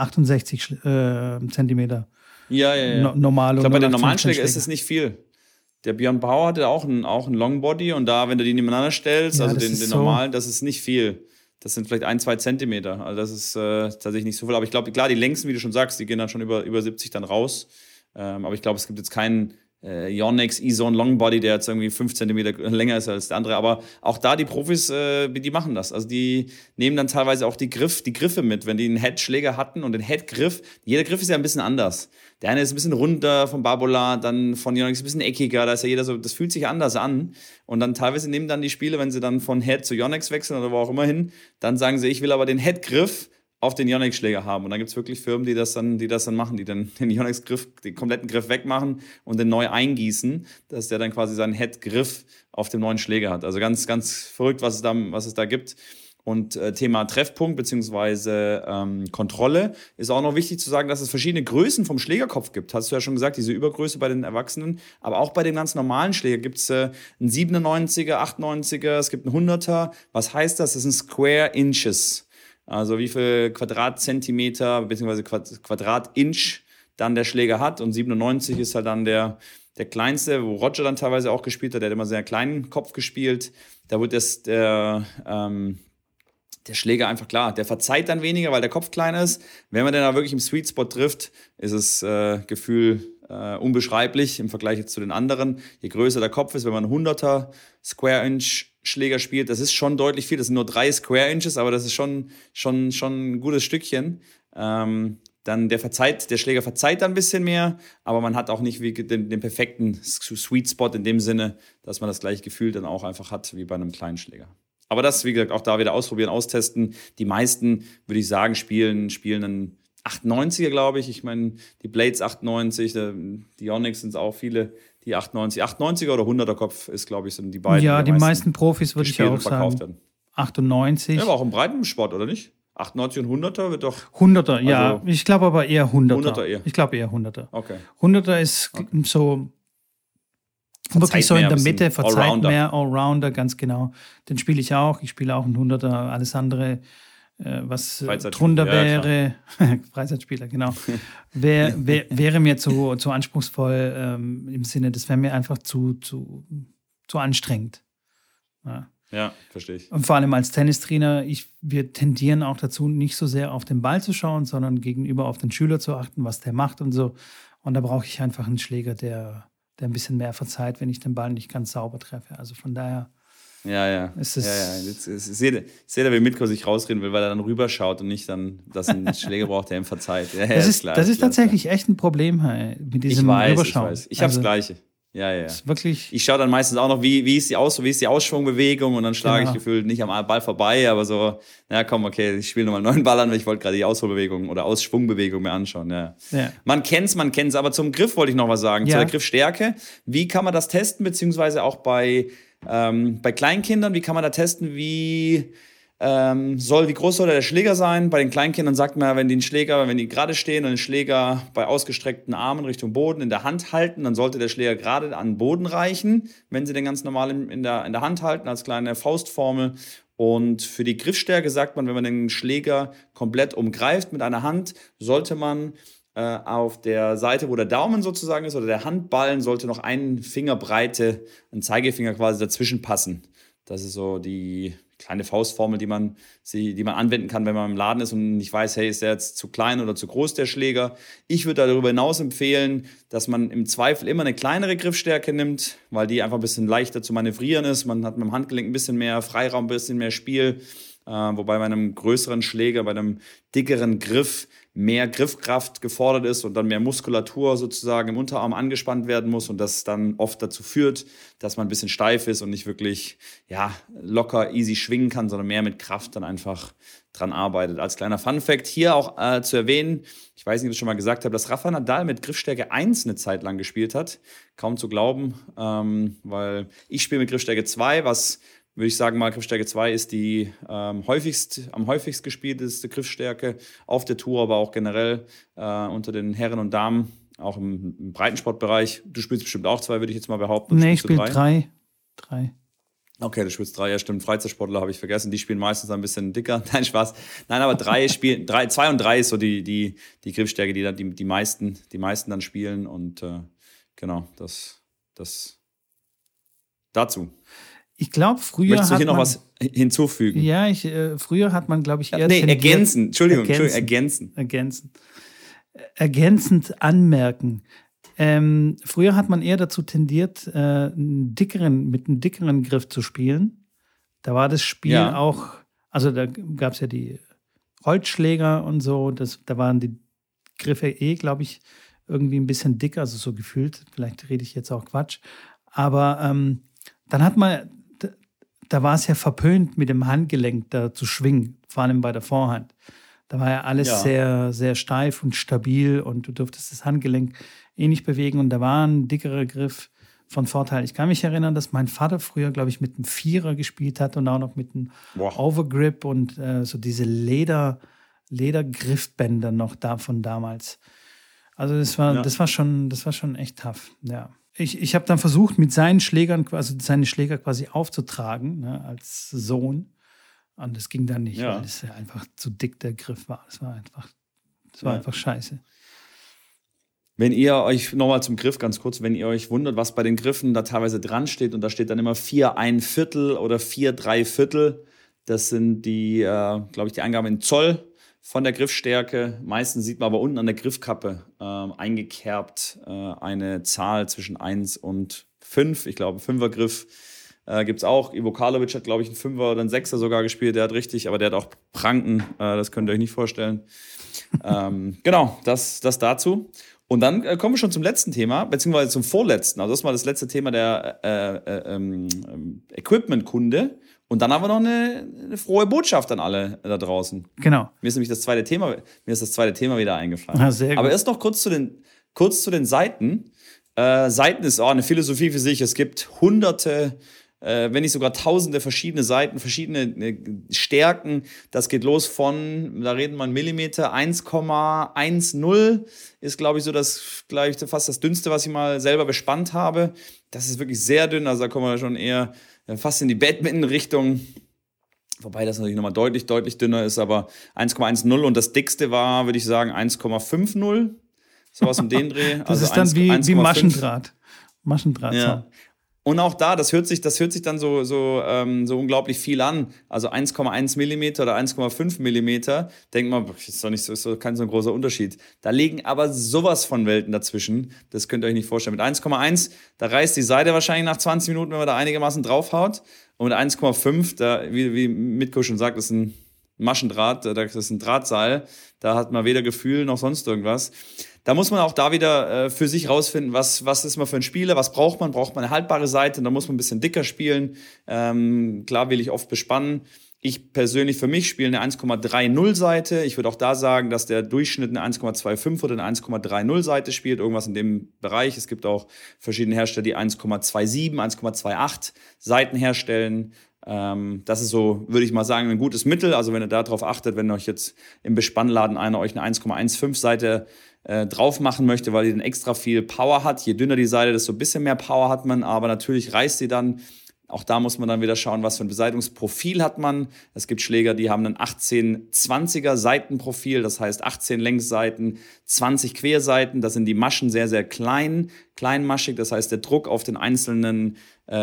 Speaker 2: 68 Zentimeter.
Speaker 1: Ja.
Speaker 2: Normal.
Speaker 1: Ich glaube, bei den normalen Schläger ist es nicht viel. Der Björn Bauer hatte auch einen Longbody und da, wenn du die nebeneinander stellst, also den normalen, das ist nicht viel. Das sind vielleicht 1-2 Zentimeter. Also das ist tatsächlich nicht so viel. Aber ich glaube, klar, die längsten, wie du schon sagst, die gehen dann schon über 70 dann raus. Aber ich glaube, es gibt jetzt keinen Yonex E-Zone Longbody, der jetzt irgendwie 5 Zentimeter länger ist als der andere. Aber auch da die Profis, die machen das. Also die nehmen dann teilweise auch die Griffe mit. Wenn die einen Headschläger hatten und den Headgriff, jeder Griff ist ja ein bisschen anders. Der eine ist ein bisschen runder von Barbola, dann von Yonex ein bisschen eckiger. Da ist ja jeder so, das fühlt sich anders an. Und dann teilweise nehmen dann die Spieler, wenn sie dann von Head zu Yonex wechseln oder wo auch immer hin, dann sagen sie, ich will aber den Headgriff auf den Yonex-Schläger haben. Und dann gibt es wirklich Firmen, die das dann machen, die dann den Yonex-Griff, den kompletten Griff wegmachen und den neu eingießen, dass der dann quasi seinen Head-Griff auf dem neuen Schläger hat. Also ganz, ganz verrückt, was es da gibt. Und Thema Treffpunkt bzw. Kontrolle ist auch noch wichtig zu sagen, dass es verschiedene Größen vom Schlägerkopf gibt. Hast du ja schon gesagt, diese Übergröße bei den Erwachsenen. Aber auch bei dem ganz normalen Schläger gibt es einen 97er, 98er, es gibt einen 100er. Was heißt das? Das sind Square Inches. Also wie viel Quadratzentimeter bzw. Quadratinch dann der Schläger hat. Und 97 ist halt dann der kleinste, wo Roger dann teilweise auch gespielt hat. Der hat immer sehr kleinen Kopf gespielt. Da wird der Schläger einfach klar. Der verzeiht dann weniger, weil der Kopf klein ist. Wenn man den da wirklich im Sweet Spot trifft, ist es Gefühl unbeschreiblich im Vergleich jetzt zu den anderen. Je größer der Kopf ist, wenn man 100er Square Inch Schläger spielt, das ist schon deutlich viel. Das sind nur 3 Square Inches, aber das ist schon ein gutes Stückchen. Dann der Schläger verzeiht dann ein bisschen mehr, aber man hat auch nicht wie den perfekten Sweet Spot in dem Sinne, dass man das gleiche Gefühl dann auch einfach hat wie bei einem kleinen Schläger. Aber das, wie gesagt, auch da wieder ausprobieren, austesten. Die meisten, würde ich sagen, spielen einen 98er, glaube ich. Ich meine, die Blades 98, die Onyx sind es auch viele, die 98. 98er oder 100er Kopf ist, glaube ich, sind die beiden.
Speaker 2: Ja, die meisten Profis würde ich auch sagen.
Speaker 1: Werden.
Speaker 2: 98.
Speaker 1: Ja, aber auch im Breitensport, oder nicht? 98 und 100er wird doch...
Speaker 2: 100er, also ja. Ich glaube aber eher 100er.
Speaker 1: 100er eher.
Speaker 2: Ich glaube eher 100er.
Speaker 1: Okay.
Speaker 2: 100er ist so... Wirklich so in der Mitte, verzeiht mehr, Allrounder, ganz genau. Den spiele ich auch. Ich spiele auch einen 100er, alles andere, was drunter wäre. Freizeitspieler, genau. Wäre mir zu anspruchsvoll im Sinne, das wäre mir einfach zu anstrengend.
Speaker 1: Ja, verstehe ich.
Speaker 2: Und vor allem als Tennistrainer, wir tendieren auch dazu, nicht so sehr auf den Ball zu schauen, sondern gegenüber auf den Schüler zu achten, was der macht und so. Und da brauche ich einfach einen Schläger, der ein bisschen mehr verzeiht, wenn ich den Ball nicht ganz sauber treffe. Also von daher ist es...
Speaker 1: Jetzt seht ihr, wie Mitko sich rausreden will, weil er dann rüberschaut und nicht dann, dass ein Schläger braucht, der ihm verzeiht. Ja,
Speaker 2: das ist tatsächlich echt ein Problem mit diesem Rüberschauen.
Speaker 1: Ich habe das Gleiche. Ja.
Speaker 2: Ist wirklich
Speaker 1: ich schaue dann meistens auch noch, wie ist die Ausschwungbewegung und dann schlage ich gefühlt nicht am Ball vorbei, aber so, okay, ich spiele nochmal einen neuen Ball an, weil ich wollte gerade die Ausholbewegung oder Ausschwungbewegung mir anschauen. Ja. Man kennt's, aber zum Griff wollte ich noch was sagen, zu der Griffstärke. Wie kann man das testen, beziehungsweise auch bei Kleinkindern, wie kann man da testen, wie groß soll der Schläger sein? Bei den Kleinkindern sagt man, wenn die gerade stehen und den Schläger bei ausgestreckten Armen Richtung Boden in der Hand halten, dann sollte der Schläger gerade an den Boden reichen, wenn sie den ganz normal in der Hand halten, als kleine Faustformel. Und für die Griffstärke sagt man, wenn man den Schläger komplett umgreift mit einer Hand, sollte man auf der Seite, wo der Daumen sozusagen ist, oder der Handballen, sollte noch ein Fingerbreite, ein Zeigefinger quasi dazwischen passen. Das ist so die kleine Faustformel, die man anwenden kann, wenn man im Laden ist und nicht weiß, hey, ist der jetzt zu klein oder zu groß, der Schläger. Ich würde darüber hinaus empfehlen, dass man im Zweifel immer eine kleinere Griffstärke nimmt, weil die einfach ein bisschen leichter zu manövrieren ist. Man hat mit dem Handgelenk ein bisschen mehr Freiraum, ein bisschen mehr Spiel. Wobei bei einem größeren Schläger, bei einem dickeren Griff mehr Griffkraft gefordert ist und dann mehr Muskulatur sozusagen im Unterarm angespannt werden muss und das dann oft dazu führt, dass man ein bisschen steif ist und nicht wirklich locker, easy schwingen kann, sondern mehr mit Kraft dann einfach dran arbeitet. Als kleiner Funfact hier auch zu erwähnen, ich weiß nicht, ob ich es schon mal gesagt habe, dass Rafa Nadal mit Griffstärke 1 eine Zeit lang gespielt hat. Kaum zu glauben, weil ich spiele mit Griffstärke 2, was würde ich sagen, mal Griffstärke 2 ist die am häufigst gespielteste Griffstärke auf der Tour, aber auch generell unter den Herren und Damen, auch im Breitensportbereich. Du spielst bestimmt auch 2, würde ich jetzt mal behaupten.
Speaker 2: Nee, ich spiele 3.
Speaker 1: Okay, du spielst 3, ja stimmt. Freizeitsportler habe ich vergessen, die spielen meistens ein bisschen dicker. Nein, Spaß. Nein, aber 2 und 3 ist so die Griffstärke, die dann die meisten dann spielen und genau, das dazu?
Speaker 2: Ich glaube, früher
Speaker 1: Möchtest du hier noch was hinzufügen?
Speaker 2: Ja, früher hat man, glaube ich, eher
Speaker 1: ergänzen. Entschuldigung, ergänzen.
Speaker 2: Ergänzend anmerken. Früher hat man eher dazu tendiert, mit einem dickeren Griff zu spielen. Da war das Spiel auch, also da gab es ja die Holzschläger und so, da waren die Griffe glaube ich, irgendwie ein bisschen dicker, also so gefühlt. Vielleicht rede ich jetzt auch Quatsch. Aber dann hat man, da war es ja verpönt, mit dem Handgelenk da zu schwingen, vor allem bei der Vorhand. Da war ja alles sehr, sehr steif und stabil und du durftest das Handgelenk nicht bewegen und da war ein dickerer Griff von Vorteil. Ich kann mich erinnern, dass mein Vater früher, glaube ich, mit einem Vierer gespielt hat und auch noch mit einem Overgrip und so diese Ledergriffbänder noch von damals. Also das war schon echt tough, ja. Ich habe dann versucht, mit seinen Schlägern, also seine Schläger quasi aufzutragen, ne, als Sohn. Und das ging dann nicht, weil es ja einfach zu dick der Griff war. Das war einfach scheiße.
Speaker 1: Wenn ihr euch, nochmal zum Griff ganz kurz, wenn ihr euch wundert, was bei den Griffen da teilweise dran steht, und da steht dann immer 4,1/4 oder 4,3/4, das sind die, glaube ich, die Angaben in Zoll von der Griffstärke. Meistens sieht man aber unten an der Griffkappe eingekerbt eine Zahl zwischen 1 und 5. Ich glaube, 5er-Griff gibt es auch. Ivo Karlovic hat, glaube ich, einen 5er oder einen 6er sogar gespielt. Der hat richtig, aber der hat auch Pranken. Das könnt ihr euch nicht vorstellen. Genau, das dazu. Und dann kommen wir schon zum letzten Thema, beziehungsweise zum vorletzten. Also das war das letzte Thema der Equipment-Kunde. Und dann haben wir noch eine frohe Botschaft an alle da draußen.
Speaker 2: Genau.
Speaker 1: Mir ist nämlich das zweite Thema wieder eingefallen.
Speaker 2: Ah, sehr gut.
Speaker 1: Aber erst noch kurz zu den Seiten. Seiten ist auch eine Philosophie für sich. Es gibt hunderte, wenn nicht sogar tausende verschiedene Seiten, verschiedene Stärken. Das geht los von, da reden wir Millimeter, 1,10 ist, glaube ich, so fast das dünnste, was ich mal selber bespannt habe. Das ist wirklich sehr dünn, also da kommen wir schon eher fast in die Badminton-Richtung. Wobei das natürlich nochmal deutlich, deutlich dünner ist, aber 1,10 und das dickste war, würde ich sagen, 1,50. Sowas um den Dreh.
Speaker 2: Das ist dann wie Maschendraht.
Speaker 1: Ja. Und auch das hört sich dann so unglaublich viel an. Also 1,1 Millimeter oder 1,5 Millimeter. Denkt man, ist doch nicht so, kein so ein großer Unterschied. Da liegen aber sowas von Welten dazwischen. Das könnt ihr euch nicht vorstellen. Mit 1,1, da reißt die Seite wahrscheinlich nach 20 Minuten, wenn man da einigermaßen draufhaut. Und mit 1,5, da, wie Mitko schon sagt, das ist ein Maschendraht, das ist ein Drahtseil. Da hat man weder Gefühl noch sonst irgendwas. Da muss man auch da wieder für sich rausfinden, was ist man für ein Spieler, was braucht man? Braucht man eine haltbare Seite? Da muss man ein bisschen dicker spielen. Klar will ich oft bespannen. Ich persönlich für mich spiele eine 1,30 Seite. Ich würde auch da sagen, dass der Durchschnitt eine 1,25 oder eine 1,30 Seite spielt. Irgendwas in dem Bereich. Es gibt auch verschiedene Hersteller, die 1,27, 1,28 Seiten herstellen. Das ist so, würde ich mal sagen, ein gutes Mittel. Also wenn ihr darauf achtet, wenn euch jetzt im Bespannladen einer euch eine 1,15 Seite drauf machen möchte, weil die dann extra viel Power hat. Je dünner die Seite, desto ein bisschen mehr Power hat man, aber natürlich reißt sie dann. Auch da muss man dann wieder schauen, was für ein Beseitigungsprofil hat man. Es gibt Schläger, die haben ein 18-20er Seitenprofil, das heißt 18 Längsseiten, 20 Querseiten. Da sind die Maschen sehr, sehr kleinmaschig. Das heißt, der Druck auf den einzelnen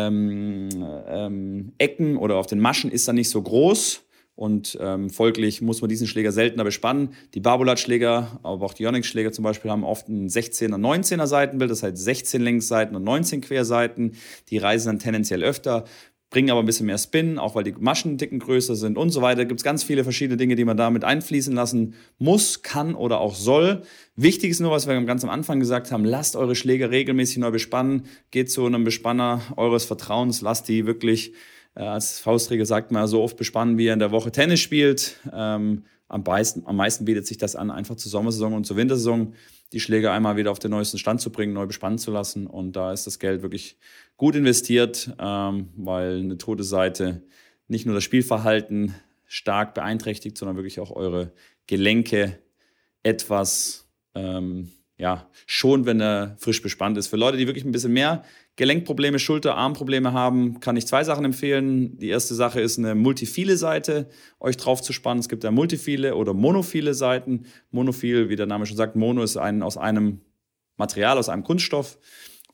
Speaker 1: Ecken oder auf den Maschen ist dann nicht so groß. Und folglich muss man diesen Schläger seltener bespannen. Die Babolat-Schläger, aber auch die Yonex-Schläger zum Beispiel, haben oft ein 16er, 19er Seitenbild, das heißt 16 Längsseiten und 19 Querseiten. Die reisen dann tendenziell öfter, bringen aber ein bisschen mehr Spin, auch weil die Maschen einen Ticken größer sind und so weiter. Gibt es ganz viele verschiedene Dinge, die man da mit einfließen lassen muss, kann oder auch soll. Wichtig ist nur, was wir ganz am Anfang gesagt haben, lasst eure Schläger regelmäßig neu bespannen. Geht zu einem Bespanner eures Vertrauens, lasst die wirklich als Faustregel sagt man so oft bespannen, wie er in der Woche Tennis spielt. Am meisten bietet sich das an, einfach zur Sommersaison und zur Wintersaison die Schläger einmal wieder auf den neuesten Stand zu bringen, neu bespannen zu lassen. Und da ist das Geld wirklich gut investiert, weil eine tote Seite nicht nur das Spielverhalten stark beeinträchtigt, sondern wirklich auch eure Gelenke etwas schon, wenn er frisch bespannt ist. Für Leute, die wirklich ein bisschen mehr Gelenkprobleme, Schulter-, Armprobleme haben, kann ich 2 Sachen empfehlen. Die erste Sache ist, eine multiphile Seite euch drauf zu spannen. Es gibt ja multiphile oder monophile Seiten. Monophil, wie der Name schon sagt, Mono ist aus einem Material, aus einem Kunststoff.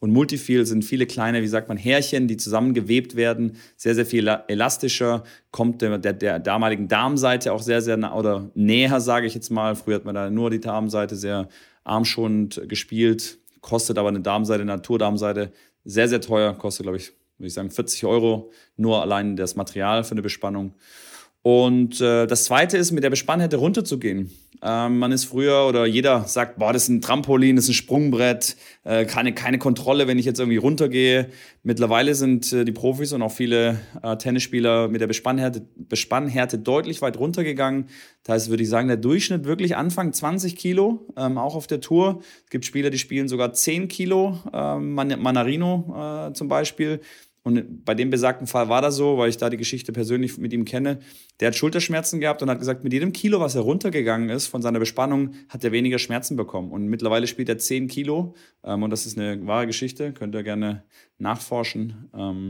Speaker 1: Und Multifeel sind viele kleine, wie sagt man, Härchen, die zusammengewebt werden, sehr, sehr viel elastischer, kommt der damaligen Darmseite auch sehr, sehr oder näher, sage ich jetzt mal. Früher hat man da nur die Darmseite sehr armschonend gespielt, kostet aber eine Darmseite, eine Naturdarmseite, sehr, sehr teuer, kostet, glaube ich, würde ich sagen, 40 €, nur allein das Material für eine Bespannung. Und das Zweite ist, mit der Bespannhärte runterzugehen. Man ist früher oder jeder sagt, boah, das ist ein Trampolin, das ist ein Sprungbrett, keine Kontrolle, wenn ich jetzt irgendwie runtergehe. Mittlerweile sind die Profis und auch viele Tennisspieler mit der Bespannhärte deutlich weit runtergegangen. Das heißt, würde ich sagen, der Durchschnitt wirklich Anfang 20 Kilo, auch auf der Tour. Es gibt Spieler, die spielen sogar 10 Kilo, Mannarino zum Beispiel. Und bei dem besagten Fall war das so, weil ich da die Geschichte persönlich mit ihm kenne. Der hat Schulterschmerzen gehabt und hat gesagt, mit jedem Kilo, was er runtergegangen ist von seiner Bespannung, hat er weniger Schmerzen bekommen. Und mittlerweile spielt er 10 Kilo. Und das ist eine wahre Geschichte, könnt ihr gerne nachforschen.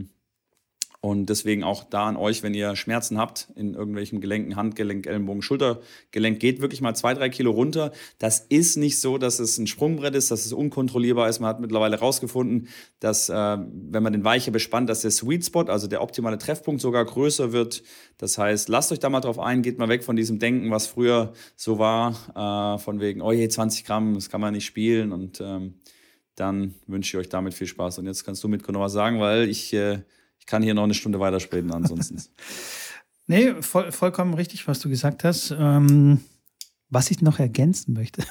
Speaker 1: Und deswegen auch da an euch, wenn ihr Schmerzen habt in irgendwelchen Gelenken, Handgelenk, Ellenbogen, Schultergelenk, geht wirklich mal 2-3 Kilo runter. Das ist nicht so, dass es ein Sprungbrett ist, dass es unkontrollierbar ist. Man hat mittlerweile herausgefunden, dass, wenn man den weicher bespannt, dass der Sweet Spot, also der optimale Treffpunkt, sogar größer wird. Das heißt, lasst euch da mal drauf ein, geht mal weg von diesem Denken, was früher so war, von wegen, oh je, 20 Gramm, das kann man nicht spielen. Und dann wünsche ich euch damit viel Spaß. Und jetzt kannst du, Mitko, noch was sagen, weil ich kann hier noch eine Stunde weitersprechen ansonsten.
Speaker 2: Nee, vollkommen richtig, was du gesagt hast. Was ich noch ergänzen möchte.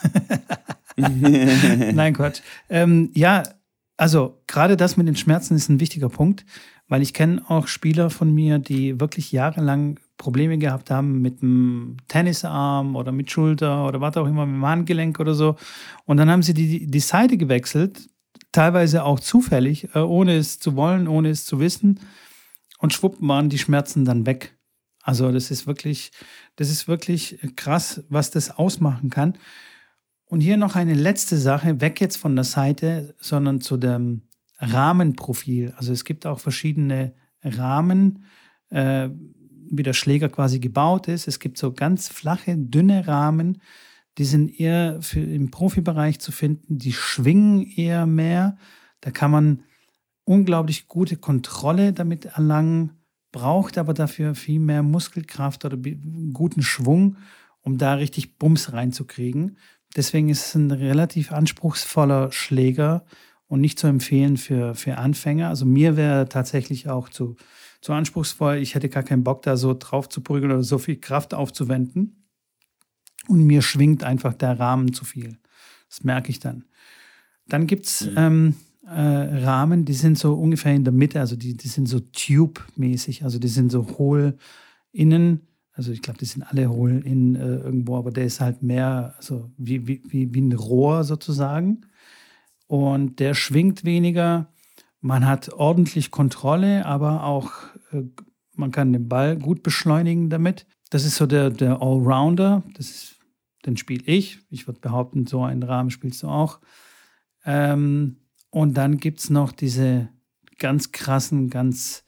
Speaker 2: Nein, Quatsch. Ja, also gerade das mit den Schmerzen ist ein wichtiger Punkt, weil ich kenne auch Spieler von mir, die wirklich jahrelang Probleme gehabt haben mit dem Tennisarm oder mit Schulter oder was auch immer, mit dem Handgelenk oder so. Und dann haben sie die Seite gewechselt, teilweise auch zufällig, ohne es zu wollen, ohne es zu wissen. Und schwupp waren die Schmerzen dann weg. Also das ist wirklich krass, was das ausmachen kann. Und hier noch eine letzte Sache, weg jetzt von der Seite, sondern zu dem Rahmenprofil. Also es gibt auch verschiedene Rahmen, wie der Schläger quasi gebaut ist. Es gibt so ganz flache, dünne Rahmen, die sind eher im Profibereich zu finden, die schwingen eher mehr. Da kann man unglaublich gute Kontrolle damit erlangen, braucht aber dafür viel mehr Muskelkraft oder guten Schwung, um da richtig Bums reinzukriegen. Deswegen ist es ein relativ anspruchsvoller Schläger und nicht zu empfehlen für Anfänger. Also mir wäre tatsächlich auch zu anspruchsvoll. Ich hätte gar keinen Bock, da so drauf zu prügeln oder so viel Kraft aufzuwenden. Und mir schwingt einfach der Rahmen zu viel. Das merke ich dann. Dann gibt es Rahmen, die sind so ungefähr in der Mitte, also die sind so Tube-mäßig, also die sind so hohl innen. Also ich glaube, die sind alle hohl innen irgendwo, aber der ist halt mehr so wie ein Rohr sozusagen. Und der schwingt weniger. Man hat ordentlich Kontrolle, aber auch man kann den Ball gut beschleunigen damit. Das ist so der Allrounder, den spiele ich. Ich würde behaupten, so einen Rahmen spielst du auch. Und dann gibt es noch diese ganz krassen, ganz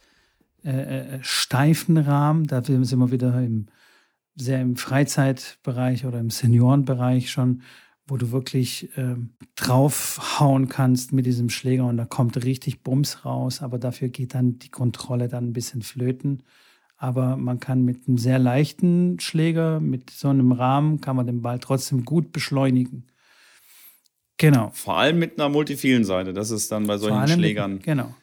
Speaker 2: steifen Rahmen. Da sind wir wieder sehr im Freizeitbereich oder im Seniorenbereich schon, wo du wirklich draufhauen kannst mit diesem Schläger und da kommt richtig Bums raus, aber dafür geht dann die Kontrolle dann ein bisschen flöten. Aber man kann mit einem sehr leichten Schläger, mit so einem Rahmen, kann man den Ball trotzdem gut beschleunigen. Genau.
Speaker 1: Vor allem mit einer multiphilen Seite. Das ist dann bei solchen Schlägern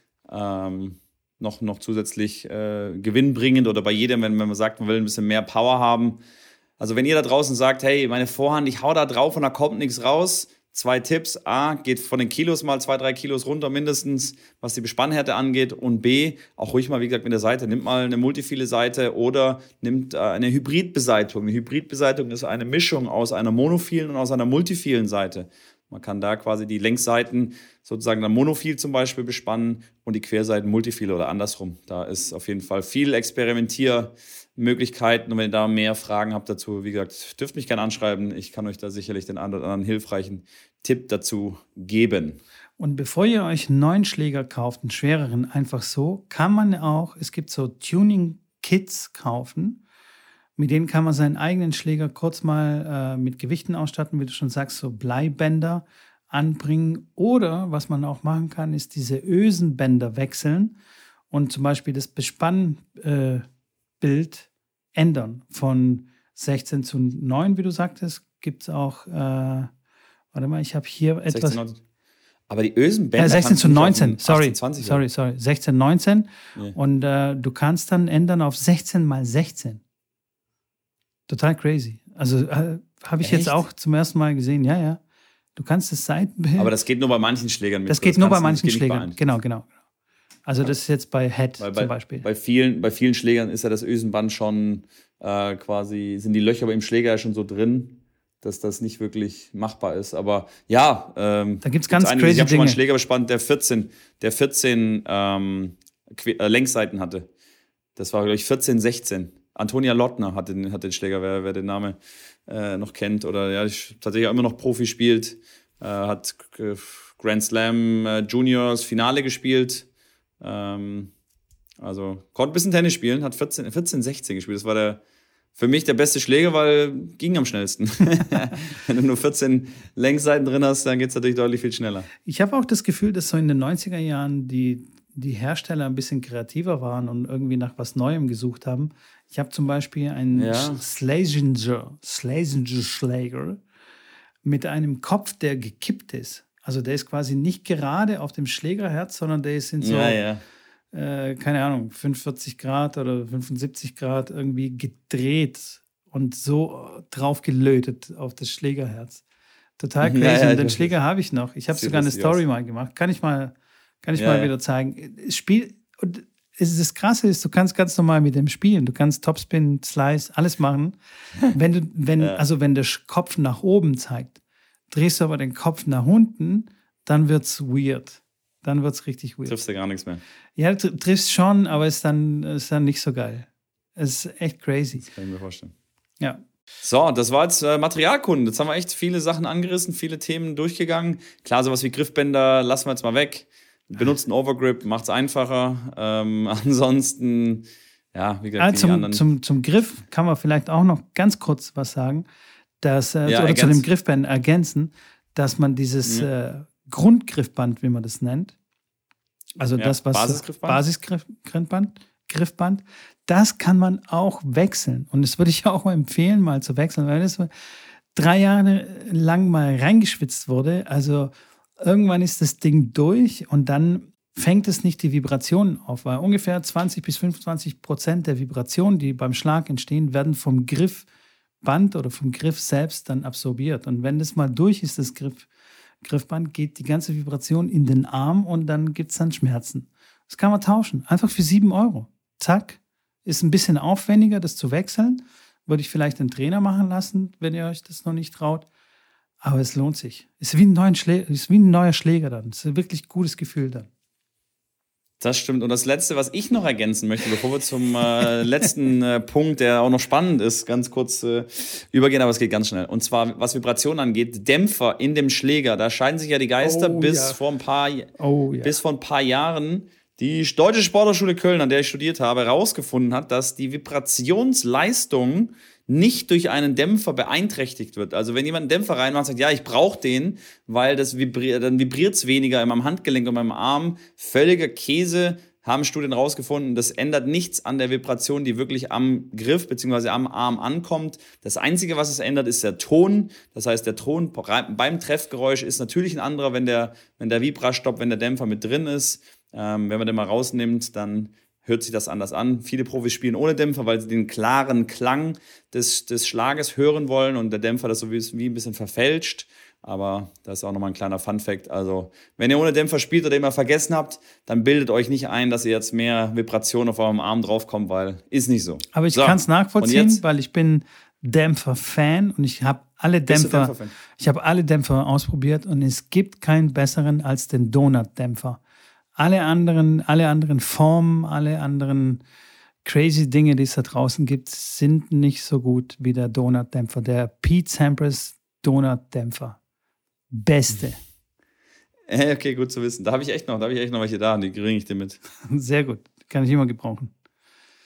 Speaker 1: noch zusätzlich gewinnbringend oder bei jedem, wenn man sagt, man will ein bisschen mehr Power haben. Also wenn ihr da draußen sagt, hey, meine Vorhand, ich hau da drauf und da kommt nichts raus. 2 Tipps. A, geht von den Kilos mal 2-3 Kilos runter mindestens, was die Bespannhärte angeht. Und B, auch ruhig mal, wie gesagt, mit der Seite. Nimmt mal eine multiphile Seite oder nimmt eine Hybridbeseitigung. Eine Hybridbeseitigung ist eine Mischung aus einer monophilen und aus einer multiphilen Seite. Man kann da quasi die Längsseiten sozusagen dann monophil zum Beispiel bespannen und die Querseiten multiphil oder andersrum. Da ist auf jeden Fall viel Experimentiermöglichkeiten. Und wenn ihr da mehr Fragen habt dazu, wie gesagt, dürft mich gerne anschreiben. Ich kann euch da sicherlich den einen oder anderen hilfreichen Tipp dazu geben.
Speaker 2: Und bevor ihr euch einen neuen Schläger kauft, einen schwereren, einfach so, kann man auch, es gibt so Tuning-Kits kaufen. Mit denen kann man seinen eigenen Schläger kurz mal mit Gewichten ausstatten, wie du schon sagst, so Bleibänder anbringen. Oder was man auch machen kann, ist diese Ösenbänder wechseln und zum Beispiel das Bespannbild ändern. Von 16:9, wie du sagtest, gibt es auch, warte mal, ich habe hier etwas.
Speaker 1: 16, aber die Ösenbänder.
Speaker 2: 16:19, sorry.
Speaker 1: 18, 20,
Speaker 2: 16:19. Ja. Und du kannst dann ändern auf 16x16. Total crazy. Also habe ich jetzt auch zum ersten Mal gesehen. Ja. Du kannst das Seitenbild.
Speaker 1: Aber das geht nur bei manchen Schlägern.
Speaker 2: Das geht nur bei manchen Schlägern. Genau. Also das ist jetzt bei Head zum Beispiel.
Speaker 1: Bei vielen Schlägern ist ja das Ösenband schon quasi, sind die Löcher beim Schläger ja schon so drin, dass das nicht wirklich machbar ist. Aber ja,
Speaker 2: da gibt es ganz crazy Dinge.
Speaker 1: Ich habe schon mal einen Schläger bespannt, der 14 Längsseiten hatte. Das war, glaube ich, 14-16. Antonia Lottner hat den Schläger, wer den Namen noch kennt oder ja, tatsächlich auch immer noch Profi spielt. Hat Grand Slam Juniors Finale gespielt. Also konnte ein bisschen Tennis spielen, hat 14-16 gespielt. Das war für mich der beste Schläger, weil ging am schnellsten. Wenn du nur 14 Längsseiten drin hast, dann geht es natürlich deutlich viel schneller.
Speaker 2: Ich habe auch das Gefühl, dass so in den 90er Jahren die Hersteller ein bisschen kreativer waren und irgendwie nach was Neuem gesucht haben. Ich habe zum Beispiel einen Schlesinger-Schläger mit einem Kopf, der gekippt ist. Also der ist quasi nicht gerade auf dem Schlägerherz, sondern der ist in so, keine Ahnung, 45 Grad oder 75 Grad irgendwie gedreht und so drauf gelötet auf das Schlägerherz. Total crazy. Und den Schläger habe ich noch. Ich habe sogar eine Story mal gemacht. Kann ich mal wieder zeigen. Und das Krasse ist, du kannst ganz normal mit dem spielen. Du kannst Topspin, Slice, alles machen. Also wenn der Kopf nach oben zeigt, drehst du aber den Kopf nach unten, dann wird's weird. Dann wird's richtig weird.
Speaker 1: Triffst du gar nichts mehr.
Speaker 2: Ja, du triffst schon, aber ist dann nicht so geil. Es ist echt crazy.
Speaker 1: Das kann ich mir vorstellen.
Speaker 2: Ja.
Speaker 1: So, das war jetzt Materialkunde. Jetzt haben wir echt viele Sachen angerissen, viele Themen durchgegangen. Klar, sowas wie Griffbänder lassen wir jetzt mal weg. Benutzt einen Overgrip, macht's einfacher. Ansonsten, ja, wie gesagt, die anderen.
Speaker 2: Zum Griff kann man vielleicht auch noch ganz kurz was sagen. Oder zu dem Griffband ergänzen, dass man dieses Grundgriffband, wie man das nennt, also das, was Basisgriffband, das kann man auch wechseln. Und das würde ich auch mal empfehlen, mal zu wechseln, weil das 3 Jahre lang mal reingeschwitzt wurde. Also irgendwann ist das Ding durch und dann fängt es nicht die Vibrationen auf, weil ungefähr 20-25% der Vibrationen, die beim Schlag entstehen, werden vom Griffband oder vom Griff selbst dann absorbiert. Und wenn das mal durch ist, das Griffband, geht die ganze Vibration in den Arm und dann gibt es dann Schmerzen. Das kann man tauschen, einfach für 7 €. Zack, ist ein bisschen aufwendiger, das zu wechseln. Würde ich vielleicht einen Trainer machen lassen, wenn ihr euch das noch nicht traut. Aber es lohnt sich. Ist wie ein neuer Schläger dann. Es ist ein wirklich gutes Gefühl dann.
Speaker 1: Das stimmt. Und das Letzte, was ich noch ergänzen möchte, bevor wir zum letzten Punkt, der auch noch spannend ist, ganz kurz übergehen, aber es geht ganz schnell. Und zwar, was Vibrationen angeht, Dämpfer in dem Schläger. Da scheiden sich ja die Geister bis vor ein paar Jahren. Die Deutsche Sporthochschule Köln, an der ich studiert habe, herausgefunden hat, dass die Vibrationsleistung nicht durch einen Dämpfer beeinträchtigt wird. Also wenn jemand einen Dämpfer reinmacht und sagt, ja, ich brauche den, weil dann vibriert es weniger in meinem Handgelenk und meinem Arm. Völliger Käse, haben Studien herausgefunden. Das ändert nichts an der Vibration, die wirklich am Griff bzw. am Arm ankommt. Das Einzige, was es ändert, ist der Ton. Das heißt, der Ton beim Treffgeräusch ist natürlich ein anderer, wenn der Vibrastopp, wenn der Dämpfer mit drin ist. Wenn man den mal rausnimmt, dann hört sich das anders an. Viele Profis spielen ohne Dämpfer, weil sie den klaren Klang des Schlages hören wollen und der Dämpfer das so wie ein bisschen verfälscht. Aber das ist auch nochmal ein kleiner Funfact. Also, wenn ihr ohne Dämpfer spielt oder immer vergessen habt, dann bildet euch nicht ein, dass ihr jetzt mehr Vibration auf eurem Arm draufkommt, weil ist nicht so.
Speaker 2: Aber ich kann es nachvollziehen, weil ich bin Dämpfer-Fan und ich habe alle Dämpfer ausprobiert und es gibt keinen besseren als den Donut-Dämpfer. Alle anderen Formen, alle anderen crazy Dinge, die es da draußen gibt, sind nicht so gut wie der Donut-Dämpfer. Der Pete Sampras Donut-Dämpfer. Beste.
Speaker 1: Okay, gut zu wissen. Da habe ich echt noch welche da und die bringe ich dir mit.
Speaker 2: Sehr gut. Kann ich immer gebrauchen.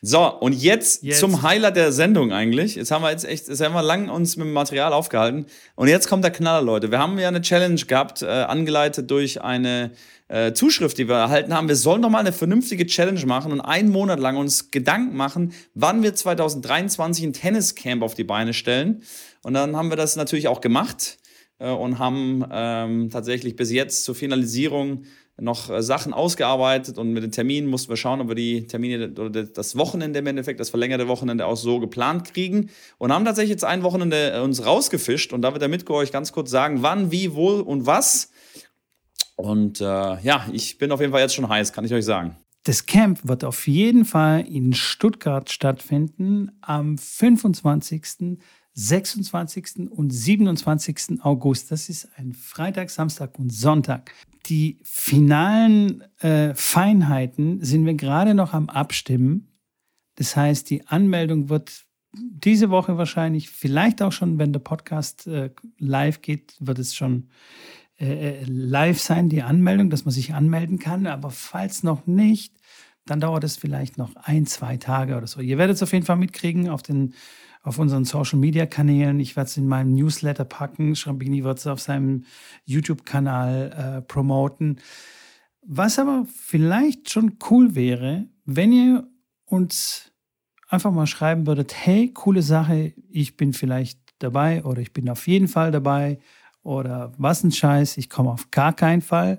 Speaker 1: So, und jetzt zum Highlight der Sendung eigentlich. Jetzt haben wir lang uns mit dem Material aufgehalten. Und jetzt kommt der Knaller, Leute. Wir haben ja eine Challenge gehabt, angeleitet durch eine Zuschrift, die wir erhalten haben. Wir sollen doch mal eine vernünftige Challenge machen und einen Monat lang uns Gedanken machen, wann wir 2023 ein Tenniscamp auf die Beine stellen. Und dann haben wir das natürlich auch gemacht und haben tatsächlich bis jetzt zur Finalisierung noch Sachen ausgearbeitet, und mit den Terminen mussten wir schauen, ob wir die Termine oder das Wochenende im Endeffekt, das verlängerte Wochenende auch so geplant kriegen, und haben tatsächlich jetzt ein Wochenende uns rausgefischt, und da wird der Mitko euch ganz kurz sagen, wann, wie, wo und was. Und ich bin auf jeden Fall jetzt schon heiß, kann ich euch sagen.
Speaker 2: Das Camp wird auf jeden Fall in Stuttgart stattfinden am 25., 26. und 27. August. Das ist ein Freitag, Samstag und Sonntag. Die finalen Feinheiten sind wir gerade noch am Abstimmen. Das heißt, die Anmeldung wird diese Woche wahrscheinlich, vielleicht auch schon, wenn der Podcast live geht, wird es schon live sein, die Anmeldung, dass man sich anmelden kann. Aber falls noch nicht, dann dauert es vielleicht noch 1-2 Tage oder so. Ihr werdet es auf jeden Fall mitkriegen auf unseren Social-Media-Kanälen. Ich werde es in meinem Newsletter packen. Schrambini wird es auf seinem YouTube-Kanal promoten. Was aber vielleicht schon cool wäre, wenn ihr uns einfach mal schreiben würdet, hey, coole Sache, ich bin vielleicht dabei oder ich bin auf jeden Fall dabei oder was ein Scheiß, ich komme auf gar keinen Fall.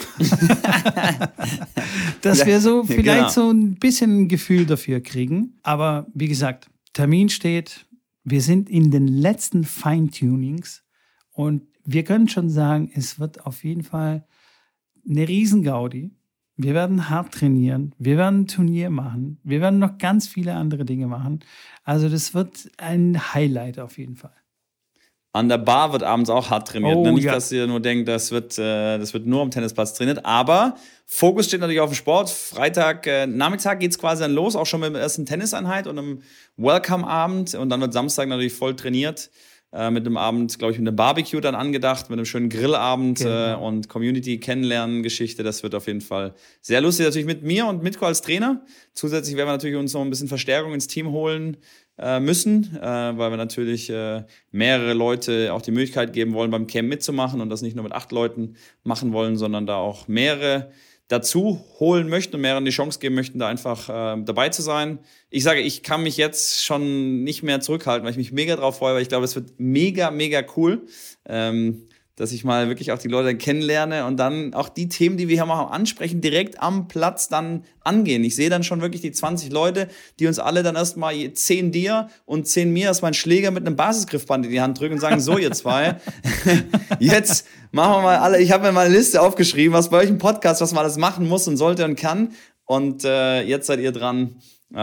Speaker 2: Dass wir so vielleicht so ein bisschen ein Gefühl dafür kriegen. Aber wie gesagt, Termin steht, wir sind in den letzten Feintunings und wir können schon sagen, es wird auf jeden Fall eine Riesengaudi. Wir werden hart trainieren, wir werden ein Turnier machen, wir werden noch ganz viele andere Dinge machen. Also das wird ein Highlight auf jeden Fall.
Speaker 1: An der Bar wird abends auch hart trainiert. Nicht, dass ihr nur denkt, das wird nur am Tennisplatz trainiert. Aber Fokus steht natürlich auf dem Sport. Freitag Nachmittag geht es quasi dann los, auch schon mit der ersten Tenniseinheit und einem Welcome-Abend. Und dann wird Samstag natürlich voll trainiert. Mit einem Abend, glaube ich, mit einem Barbecue dann angedacht, mit einem schönen Grillabend und Community-Kennenlernen-Geschichte. Das wird auf jeden Fall sehr lustig. Natürlich mit mir und Mitko als Trainer. Zusätzlich werden wir natürlich uns noch ein bisschen Verstärkung ins Team holen müssen, weil wir natürlich mehrere Leute auch die Möglichkeit geben wollen, beim Camp mitzumachen und das nicht nur mit 8 Leuten machen wollen, sondern da auch mehrere dazu holen möchten und mehreren die Chance geben möchten, da einfach dabei zu sein. Ich sage, ich kann mich jetzt schon nicht mehr zurückhalten, weil ich mich mega drauf freue, weil ich glaube, es wird mega, mega cool, dass ich mal wirklich auch die Leute kennenlerne und dann auch die Themen, die wir hier machen, ansprechen, direkt am Platz dann angehen. Ich sehe dann schon wirklich die 20 Leute, die uns alle dann erstmal 10 dir und 10 mir erstmal einen Schläger mit einem Basisgriffband in die Hand drücken und sagen, so ihr zwei, jetzt machen wir mal alle, ich habe mir mal eine Liste aufgeschrieben, was bei euch im Podcast, was man alles machen muss und sollte und kann, und jetzt seid ihr dran,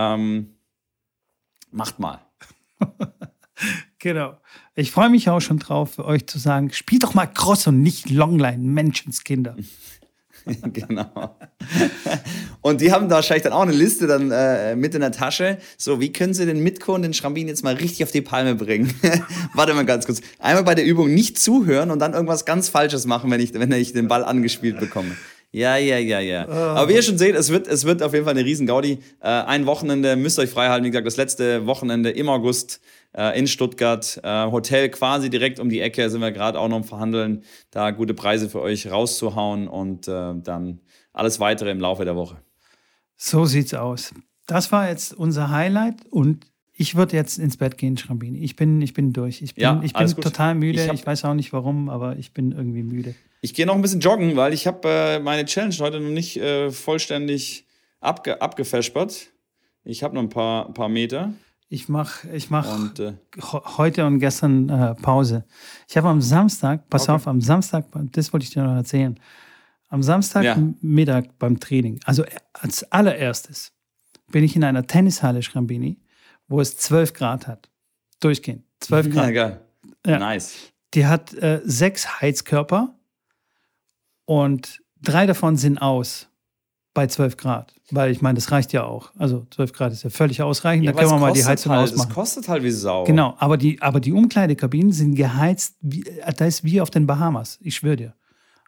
Speaker 1: macht mal.
Speaker 2: Genau. Ich freue mich auch schon drauf, für euch zu sagen, spielt doch mal Cross und nicht Longline, Menschenskinder.
Speaker 1: Genau. Und die haben da wahrscheinlich dann auch eine Liste dann mit in der Tasche. So, wie können sie den Mitko und den Schrambin jetzt mal richtig auf die Palme bringen? Warte mal ganz kurz. Einmal bei der Übung nicht zuhören und dann irgendwas ganz Falsches machen, wenn ich den Ball angespielt bekomme. Ja. Aber wie ihr schon seht, es wird auf jeden Fall eine riesen Gaudi. Ein Wochenende müsst ihr euch frei halten. Wie gesagt, das letzte Wochenende im August in Stuttgart. Hotel quasi direkt um die Ecke, sind wir gerade auch noch am Verhandeln, da gute Preise für euch rauszuhauen und dann alles weitere im Laufe der Woche.
Speaker 2: So sieht's aus. Das war jetzt unser Highlight und ich würde jetzt ins Bett gehen, Schrambini. Ich bin durch. Ich bin total müde. Ich weiß auch nicht warum, aber ich bin irgendwie müde.
Speaker 1: Ich gehe noch ein bisschen joggen, weil ich habe meine Challenge heute noch nicht vollständig abgefespert. Ich habe noch ein paar Meter.
Speaker 2: Ich mach heute und gestern Pause. Ich habe am Samstag, am Samstag, das wollte ich dir noch erzählen, am Samstagmittag beim Training, also als allererstes, bin ich in einer Tennishalle, Schrambini, wo es 12 Grad hat. Durchgehend. 12 Grad.
Speaker 1: Ja, geil. Ja. Nice.
Speaker 2: Die hat 6 Heizkörper und 3 davon sind aus bei 12 Grad. Weil ich meine, das reicht ja auch. Also 12 Grad ist ja völlig ausreichend. Da können wir mal die Heizung ausmachen.
Speaker 1: Das kostet halt wie Sau.
Speaker 2: Genau, aber die Umkleidekabinen sind geheizt, da ist wie auf den Bahamas. Ich schwöre dir.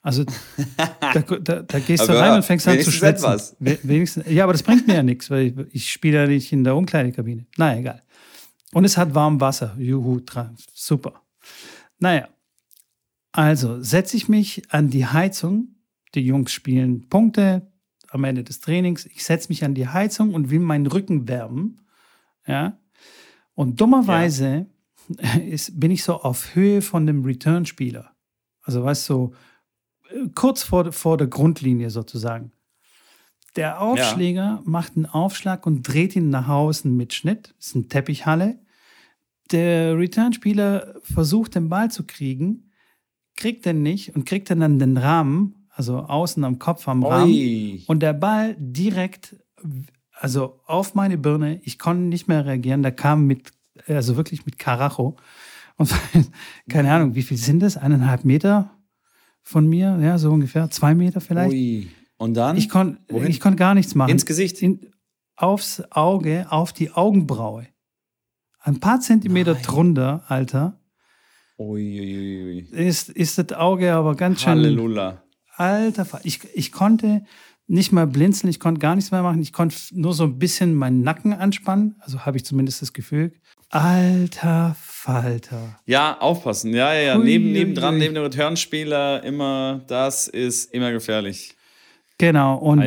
Speaker 2: Also da gehst du rein und fängst an zu schwitzen. Etwas. Wenigstens, ja, aber das bringt mir ja nichts, weil ich spiele ja nicht in der Umkleidekabine. Naja, egal. Und es hat warm Wasser. Juhu, super. Naja, also setze ich mich an die Heizung. Die Jungs spielen Punkte am Ende des Trainings. Ich setze mich an die Heizung und will meinen Rücken wärmen. Ja. Und dummerweise bin ich so auf Höhe von dem Return-Spieler. Also weißt du, so kurz vor der Grundlinie sozusagen. Der Aufschläger macht einen Aufschlag und dreht ihn nach außen mit Schnitt. Das ist eine Teppichhalle. Der Return-Spieler versucht, den Ball zu kriegen, kriegt den nicht und kriegt dann an den Rahmen, also außen am Kopf am Rahmen. Und der Ball direkt, also auf meine Birne. Ich konnte nicht mehr reagieren. Der kam wirklich mit Karacho. Und keine Ahnung, wie viel sind das? 1,5 Meter von mir? Ja, so ungefähr. 2 Meter vielleicht.
Speaker 1: Ui. Und dann?
Speaker 2: Ich konnte gar nichts machen.
Speaker 1: Ins Gesicht?
Speaker 2: Aufs Auge, auf die Augenbraue. Ein paar Zentimeter drunter, Alter.
Speaker 1: Ui.
Speaker 2: Ist das Auge aber ganz schön.
Speaker 1: Halleluja.
Speaker 2: Alter, ich konnte nicht mal blinzeln, ich konnte gar nichts mehr machen. Ich konnte nur so ein bisschen meinen Nacken anspannen. Also habe ich zumindest das Gefühl. Alter Falter.
Speaker 1: Ja, aufpassen. Ja. Nebendran, neben dem Returnspieler immer, das ist immer gefährlich.
Speaker 2: Genau. Und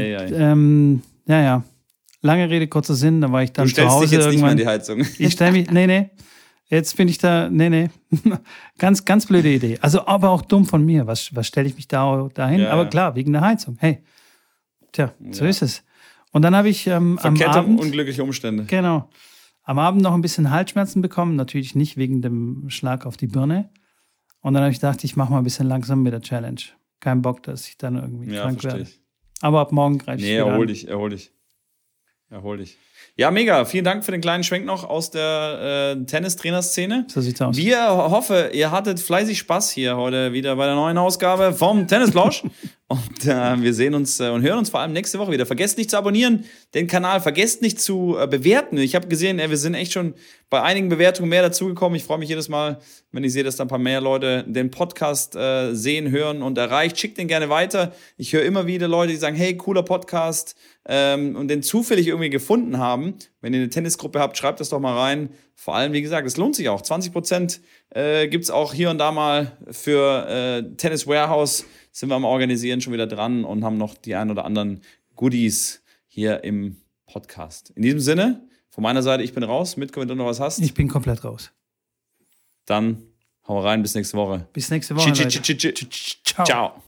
Speaker 2: lange Rede, kurzer Sinn, da war ich dann zu Hause.
Speaker 1: Du stellst dich jetzt
Speaker 2: irgendwann
Speaker 1: nicht mehr in die Heizung.
Speaker 2: Ich stelle mich, nee. Jetzt bin ich da, nee. Ganz, ganz blöde Idee. Also, aber auch dumm von mir. Was stelle ich mich dahin?
Speaker 1: Ja.
Speaker 2: Aber klar, wegen der Heizung. Hey, so ist es. Und dann habe ich am Abend...
Speaker 1: unglückliche Umstände.
Speaker 2: Genau. Am Abend noch ein bisschen Halsschmerzen bekommen. Natürlich nicht wegen dem Schlag auf die Birne. Und dann habe ich gedacht, ich mache mal ein bisschen langsam mit der Challenge. Kein Bock, dass ich dann irgendwie krank werde. Ich. Aber ab morgen greife ich wieder
Speaker 1: Erhol dich. Ja, mega. Vielen Dank für den kleinen Schwenk noch aus der Tennistrainer-Szene.
Speaker 2: So sieht's aus.
Speaker 1: Wir hoffen, ihr hattet fleißig Spaß hier heute wieder bei der neuen Ausgabe vom Tennisplausch. Und wir sehen uns und hören uns vor allem nächste Woche wieder. Vergesst nicht zu abonnieren, den Kanal. Vergesst nicht zu bewerten. Ich habe gesehen, wir sind echt schon bei einigen Bewertungen mehr dazugekommen. Ich freue mich jedes Mal, wenn ich sehe, dass da ein paar mehr Leute den Podcast sehen, hören und erreicht. Schickt den gerne weiter. Ich höre immer wieder Leute, die sagen, hey, cooler Podcast, und den zufällig irgendwie gefunden haben. Wenn ihr eine Tennisgruppe habt, schreibt das doch mal rein. Vor allem, wie gesagt, es lohnt sich auch. 20% gibt es auch hier und da mal für Tennis Warehouse. Sind wir am Organisieren schon wieder dran und haben noch die ein oder anderen Goodies hier im Podcast. In diesem Sinne, von meiner Seite, ich bin raus. Mitko, wenn du noch was hast.
Speaker 2: Ich bin komplett raus.
Speaker 1: Dann hau rein, bis nächste Woche.
Speaker 2: Bis nächste Woche.
Speaker 1: Ciao.